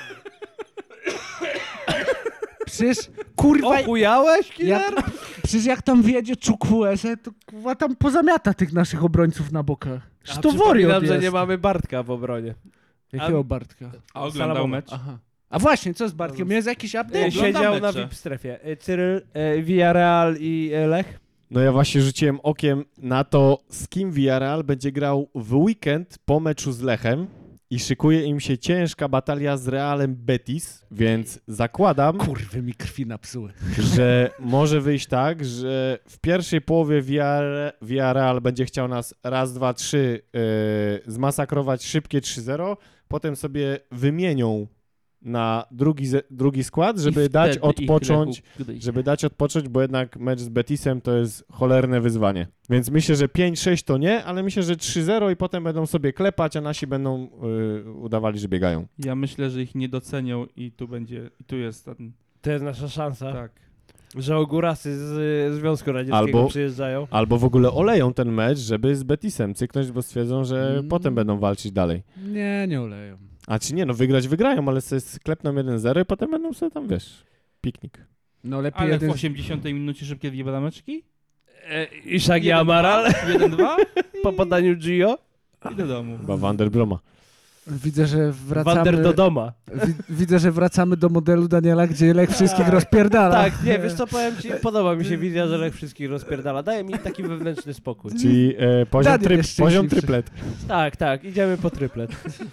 Przecież, kurwa, Ochujałeś, jak, killer? przecież jak tam wjedzie Chukwueze, to kurwa tam pozamiata tych naszych obrońców na bokach. A To Woriot przypominam, że jest. nie mamy Bartka w obronie. Jakiego Bartka? A oglądał Salamona. mecz? Aha. A właśnie, co z Bartkiem? Jest jakiś E, update? Oglądam Siedział na mecze. V I P strefie. E, Cyryl, e, Villarreal i e, Lech. No ja właśnie rzuciłem okiem na to, z kim Villarreal będzie grał w weekend po meczu z Lechem i szykuje im się ciężka batalia z Realem Betis, więc zakładam, Kurwy mi krwi napsuły. że może wyjść tak, że w pierwszej połowie Villarre- Villarreal będzie chciał nas raz, dwa, trzy yy, zmasakrować szybkie trzy zero, potem sobie wymienią na drugi, ze- drugi skład, żeby I dać wtedy ich odpocząć, grę ugryzie. żeby dać odpocząć, bo jednak mecz z Betisem to jest cholerne wyzwanie. Więc myślę, że pięć sześć to nie, ale myślę, że trzy zero i potem będą sobie klepać, a nasi będą yy, udawali, że biegają. Ja myślę, że ich nie docenią i tu będzie, i tu jest ten, To jest nasza szansa, tak. że ogórasy z y, Związku Radzieckiego Albo- przyjeżdżają. Albo w ogóle oleją ten mecz, żeby z Betisem cyknąć, bo stwierdzą, że Mm. potem będą walczyć dalej. Nie, nie oleją. A czy nie, no wygrać wygrają, ale sobie sklepną jeden zero i potem będą sobie tam, wiesz, piknik. No lepiej Ale jeden... w osiemdziesiątej minucie szybkie dwie brameczki? E, I Shaggy Amaral jeden dwa po podaniu Gio. i do domu. Chyba Vanderbroma. Widzę, że wracamy... Wander do doma. Wi- widzę, że wracamy do modelu Daniela, gdzie Lech wszystkich rozpierdala. Tak, nie, wiesz co, powiem ci, podoba mi się wizja, że Lech wszystkich rozpierdala. Daje mi taki wewnętrzny spokój. Czyli e, poziom, Daniel tryp, jest poziom szczęśliwszy. tryplet. Tak, tak, idziemy po tryplet.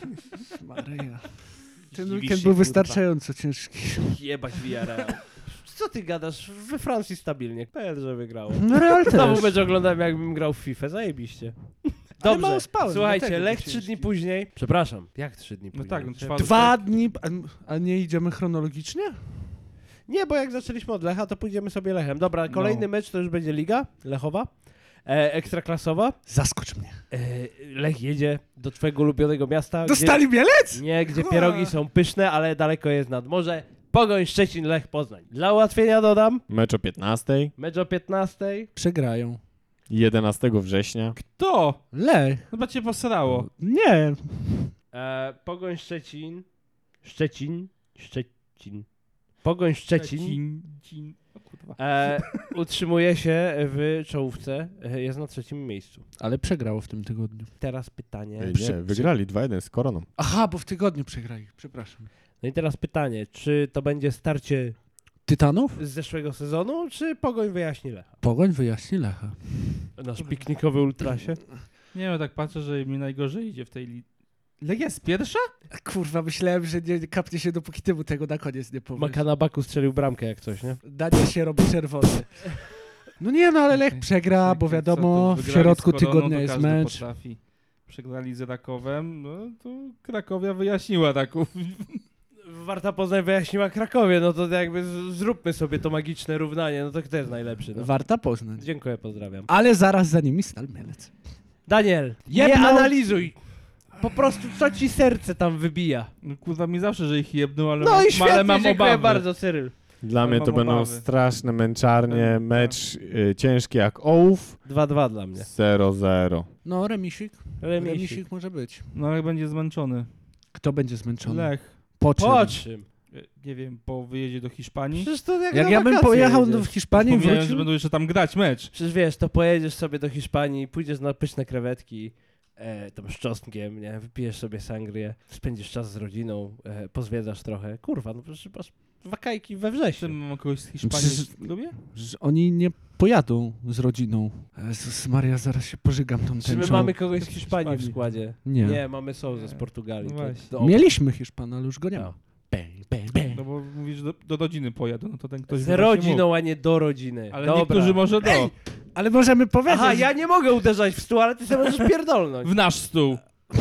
Maryja. Ten Dziwisz weekend się, był kurwa. wystarczająco ciężki. Jebać Villarreal. Co ty gadasz? We Francji stabilnie. P S G wygrało. No Real Znowu też. mecz oglądałem, jakbym grał w FIFA. Zajebiście. Ale Dobrze, mało spałem, słuchajcie, dlatego Lech był trzy ciężki. dni później... Przepraszam, jak trzy dni No później? tak, no Prze- czwarty- Dwa dni, a, a nie idziemy chronologicznie? Nie, bo jak zaczęliśmy od Lecha, to pójdziemy sobie Lechem. Dobra, kolejny No. mecz to już będzie Liga Lechowa, e, ekstraklasowa. Zaskocz mnie. E, Lech jedzie do twojego ulubionego miasta. Dostali Mielec? Gdzie, nie, gdzie pierogi są pyszne, ale daleko jest nad morze. Pogoń, Szczecin, Lech, Poznań. Dla ułatwienia dodam, Mecz o piętnastej, mecz o piętnastej. Przegrają. jedenastego września. To! Lech. Chyba cię posrało. Nie. E, Pogoń, Szczecin, Szczecin, Szczecin. Pogoń, Szczecin. Cin, cin. O kurwa. E, utrzymuje się w czołówce, e, jest na trzecim miejscu. Ale przegrało w tym tygodniu. Teraz pytanie. Ej, Przy- nie, wygrali dwa jeden z Koroną. Aha, bo w tygodniu przegrali. Przepraszam. No i teraz pytanie, czy to będzie starcie Tytanów? z zeszłego sezonu, czy Pogoń wyjaśni Lecha? Pogoń wyjaśni Lecha. Nasz piknikowy ultrasie. Nie wiem, tak patrzę, że mi najgorzej idzie w tej li... Legia jest pierwsza? Kurwa, myślałem, że nie kapnie się, dopóki ty mu tego na koniec nie powiesz. Makanabaku strzelił bramkę jak coś, nie? Daniel się robi czerwony. No nie, no ale Lech przegra, bo Co to wiadomo, w wygrali środku z Koroną, tygodnia to jest każdy mecz. Potrafi. Przegrali z Rakowem, no to Krakowia wyjaśniła taką. Warta Poznań wyjaśniła Krakowie, no to jakby z- zróbmy sobie to magiczne równanie, no to kto jest najlepszy? No? Warta Poznań. Dziękuję, pozdrawiam. Ale zaraz za nimi Stal Mielec. Daniel, nie Jedno- analizuj! Po prostu co ci serce tam wybija? No kurwa mi zawsze, że ich jebną, ale, No mam, i świetnie, ale mam dziękuję obawy. bardzo, Cyryl. Dla Ale mnie mam to będą obawy. straszne męczarnie, Tak. mecz y, ciężki jak ołów, dwa dwa dla mnie. zero zero. No, remisik. Remisik. Remisik może być. No jak będzie zmęczony. Kto będzie zmęczony? Lech. Po czym? Po czym? E, Nie wiem, po wyjeździe do Hiszpanii. Przecież to jak, Jak na ja bym wakacje pojechał jedziesz. do, w Hiszpanii i Wspomniałem, że wrócił... będą jeszcze tam grać mecz. Przecież wiesz, to pojedziesz sobie do Hiszpanii, pójdziesz na pyszne krewetki, e, tam z czosnkiem, nie? Wypijesz sobie sangrię, spędzisz czas z rodziną, e, pozwiedzasz trochę. Kurwa, no przecież masz wakajki we Czy wrześniu. mam kogoś z Hiszpanii Przecież- w klubie? Że oni nie pojadą z rodziną. Jezus Maria, zaraz się pożygam tą Czy my tęczą. mamy kogoś z Z Hiszpanii w Hiszpanii. składzie? Nie. Nie, mamy Souzę z Portugalii. No To- właśnie. to- Mieliśmy Hiszpana, ale już go nie ma. No. Bang, bang, bang. No bo mówisz, do, do rodziny pojadą, no to ten ktoś Z by właśnie rodziną, a nie do rodziny. mógł. Ale Dobra. niektórzy może do. Ale możemy powiedzieć... Aha, ja nie mogę uderzać w stół, ale ty sobie możesz pierdolnąć. W nasz stół.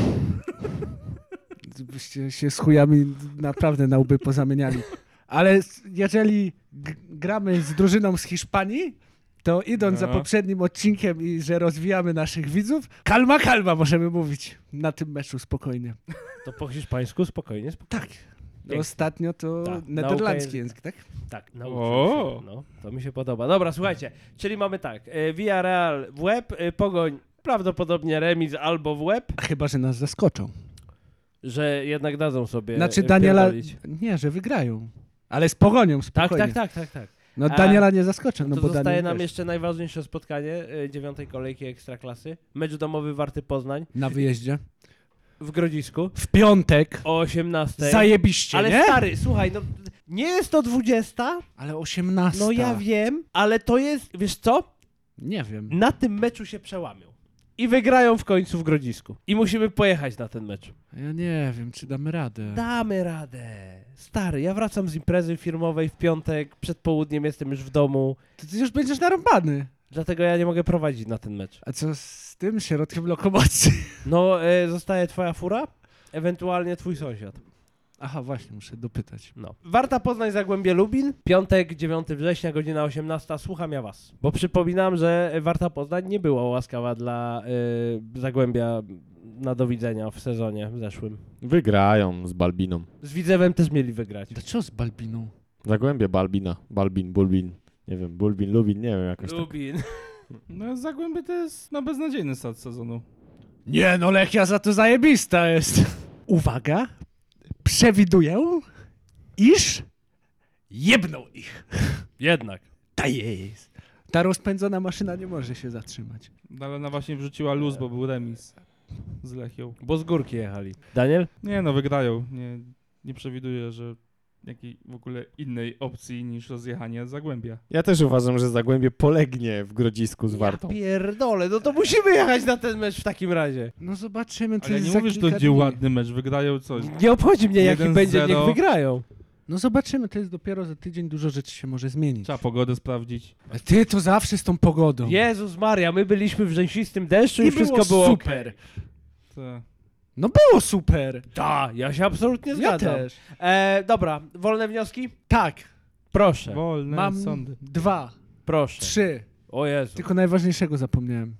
Byście się z chujami naprawdę na łby pozamieniali. Ale jeżeli g- gramy z drużyną z Hiszpanii, to idąc No. za poprzednim odcinkiem i że rozwijamy naszych widzów, kalma, kalma możemy mówić na tym meczu spokojnie. To po hiszpańsku spokojnie, spokojnie. Tak. Pięknie. Ostatnio to Tak, nauka nederlandzki języka. język, tak? Tak, nauczył O! się. No, to mi się podoba. Dobra, słuchajcie, czyli mamy tak, e, Villarreal w łeb, e, Pogoń prawdopodobnie remis albo w łeb, Chyba, że nas zaskoczą. że jednak dadzą sobie Znaczy e, Daniela... pierdolić. Nie, że wygrają. Ale z Pogonią Tak, spokojnie. tak, tak, tak, tak. No A- Daniela nie zaskoczę, no to bo zostaje Daniel, nam wiesz, jeszcze najważniejsze spotkanie e, dziewiątej kolejki Ekstraklasy. Mecz domowy Warty Poznań na wyjeździe. w Grodzisku W piątek. o osiemnastej. Zajebiście, Ale nie? stary, słuchaj, no nie jest to dwudziesta, Ale osiemnasta. no ja wiem, ale to jest, wiesz co? Nie wiem. Na tym meczu się przełamią. i wygrają w końcu w Grodzisku. I musimy pojechać na ten mecz. Ja nie wiem, czy damy radę. Damy radę. Stary, ja wracam z imprezy firmowej w piątek, przed południem jestem już w domu, To ty już będziesz narąbany. dlatego ja nie mogę prowadzić na ten mecz. A co z tym środkiem lokomocji? No, e, zostaje twoja fura, ewentualnie twój sąsiad. Aha, właśnie, muszę dopytać. No. Warta Poznań, Zagłębie Lubin, piątek, dziewiątego września, godzina osiemnasta. Słucham ja was. Bo przypominam, że Warta Poznań nie była łaskawa dla y, Zagłębia na do widzenia w sezonie zeszłym. Wygrają z Balbiną. Z Widzewem też mieli wygrać. Dlaczego z Balbiną? Zagłębie Balbina. Balbin, Bulbin. Nie wiem, Bulbin, Lubin, nie wiem, jakoś tak. Lubin. No Zagłębie to jest no, beznadziejny start sezonu. Nie, no Lechia za to zajebista jest. Uwaga, przewiduję, iż jebną ich. Jednak. Ta jest. Ta rozpędzona maszyna nie może się zatrzymać. No, ale ona właśnie wrzuciła luz, bo był remis z Lechią. Bo z górki jechali. Daniel? Nie no, wygrają. Nie, nie przewiduję, że jakiej w ogóle innej opcji niż rozjechanie Zagłębia. Ja też uważam, że Zagłębie polegnie w Grodzisku z Wartą. Ja pierdolę, no to musimy jechać na ten mecz w takim razie. No zobaczymy, co Ale jest nie za mówisz, że to kilka będzie dni. ładny mecz, wygrają coś. Nie obchodzi mnie, jaki jeden będzie, zero. niech wygrają. No zobaczymy, to jest dopiero za tydzień, dużo rzeczy się może zmienić. Trzeba pogodę sprawdzić. A ty to zawsze z tą pogodą. Jezus Maria, my byliśmy w rzęsistym deszczu i, I wszystko było było super. okej. To... No było super. Tak, ja się absolutnie Ja zgadzam. też. E, dobra, wolne wnioski? Tak, Proszę, Wolne mam sądy. dwa, proszę. trzy. O Jezu. Tylko najważniejszego zapomniałem.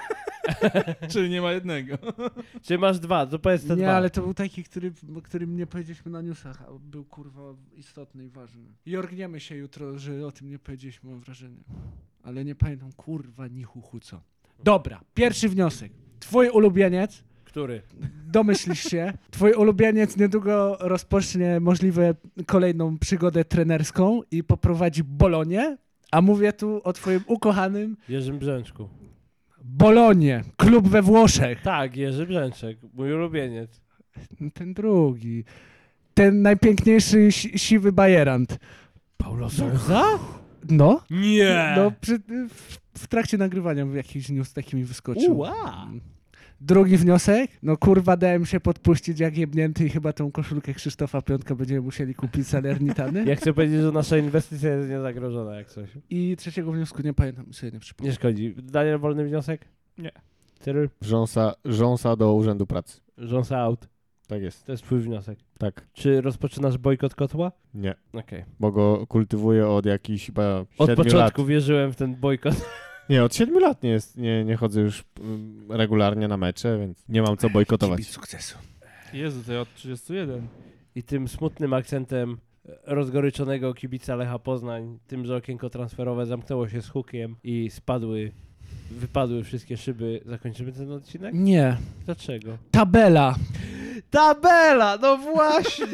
Czyli nie ma jednego. Czy masz dwa? To powiedz te Nie, dwa. ale to był taki, który, o którym nie powiedzieliśmy na newsach, a był kurwa istotny i ważny. I orgniemy się jutro, że o tym nie powiedzieliśmy, mam wrażenie. Ale nie pamiętam, kurwa, ni chuchu co. Dobra, pierwszy wniosek. Twój ulubieniec, Który? domyślisz się, twój ulubieniec niedługo rozpocznie możliwe kolejną przygodę trenerską i poprowadzi Bolonię, a mówię tu o twoim ukochanym Jerzym Brzęczku. Bolonie, klub we Włoszech. Tak, Jerzy Brzęczek, mój ulubieniec. Ten drugi. Ten najpiękniejszy si- siwy bajerant. Paulo Sousa? No? Nie! No, przy, w, w trakcie nagrywania jakiś news taki mi wyskoczył. Uła! Drugi wniosek? No kurwa, dałem się podpuścić jak jebnięty i chyba tą koszulkę Krzysztofa Piątka będziemy musieli kupić Salernitany. Ja chcę powiedzieć, że nasza inwestycja jest niezagrożona jak coś. I trzeciego wniosku nie pamiętam, sobie nie przypomnę. Nie szkodzi. Daniel, wolny wniosek? Nie. Cyryl? Rząsa, rząsa do Urzędu Pracy. Rząsa out. Tak jest. To jest twój wniosek. Tak. Czy rozpoczynasz bojkot kotła? Nie. Okej. Bo go kultywuję od jakichś chyba Od siedmiu początku lat. wierzyłem w ten bojkot. Nie, od siedmiu lat nie jest. Nie, nie chodzę już mm, regularnie na mecze, więc nie mam co bojkotować. Kibic sukcesu. Jezu, to ja od trzydziestu jeden. I tym smutnym akcentem rozgoryczonego kibica Lecha Poznań, tym, że okienko transferowe zamknęło się z hukiem i spadły, wypadły wszystkie szyby. Zakończymy ten odcinek? Nie. Dlaczego? Tabela. Tabela! No właśnie!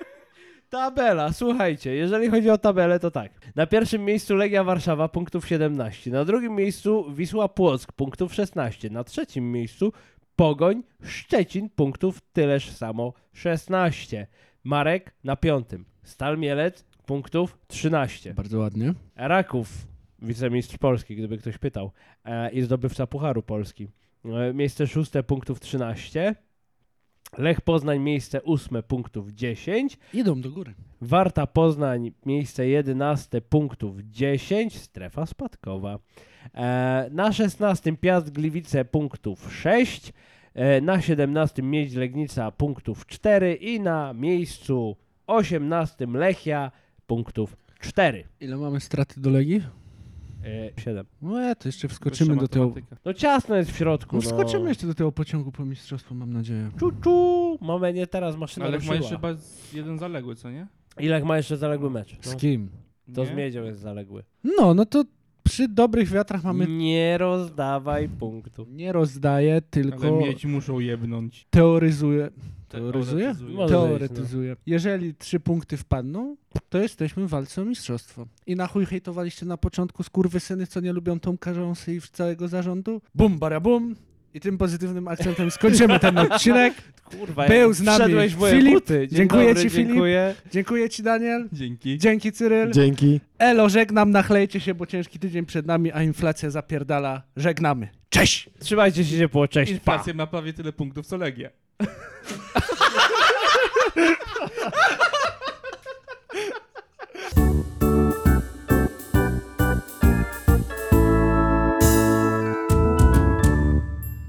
Tabela, słuchajcie, jeżeli chodzi o tabelę, to tak. Na pierwszym miejscu Legia Warszawa, punktów siedemnaście. Na drugim miejscu Wisła Płock, punktów szesnaście. Na trzecim miejscu Pogoń Szczecin, punktów tyleż samo szesnaście. Marek na piątym. Stal Mielec, punktów trzynaście. Bardzo ładnie. Raków, wicemistrz Polski, gdyby ktoś pytał, e, i zdobywca Pucharu Polski. E, miejsce szóste, punktów trzynaście. Lech Poznań, miejsce ósme, punktów dziesięć. Idą do góry. Warta Poznań, miejsce jedenaste, punktów dziesięć. Strefa spadkowa. E, na szesnastym Piast Gliwice, punktów sześć. E, na siedemnastym Miedź Legnica, punktów cztery. I na miejscu osiemnastym Lechia, punktów cztery. Ile mamy straty do Legii? E, siedem. No to jeszcze wskoczymy Wyższa do tego. matematyka. No ciasno jest w środku. No No, wskoczymy jeszcze do tego pociągu po mistrzostwu, mam nadzieję. Czu, czu. Moment, nie teraz maszyna Ale ma ruszyła. jeszcze chyba z- jeden zaległy, co nie? Ile ma jeszcze zaległy mecz? Z No, kim? to Nie? z Miedzią jest zaległy. No, no to przy dobrych wiatrach mamy... Nie rozdawaj punktów. Nie rozdaję, tylko Ale mieć muszą jebnąć. teoryzuję. Teoryzuję? Teoretyzuję. Może być, Teoretyzuję. Jeżeli trzy punkty wpadną, to jesteśmy w walce o mistrzostwo. I na chuj hejtowaliście na początku skurwysyny, co nie lubią Tomka Rząsy i całego zarządu? Bum, bara bum. I tym pozytywnym akcentem skończymy ten odcinek. Kurwa, Był jak z nami wszedłeś w moje Filip. buty. Dzień Dziękuję dobry, ci, Filip. dziękuję. Dziękuję ci, Daniel. Dzięki. Dzięki, Cyryl. Dzięki. Elo, żegnam, nachlejcie się, bo ciężki tydzień przed nami, a inflacja zapierdala. Żegnamy. Cześć! Trzymajcie się ciepło, cześć, pa! Inflacja ma prawie tyle punktów co Legia.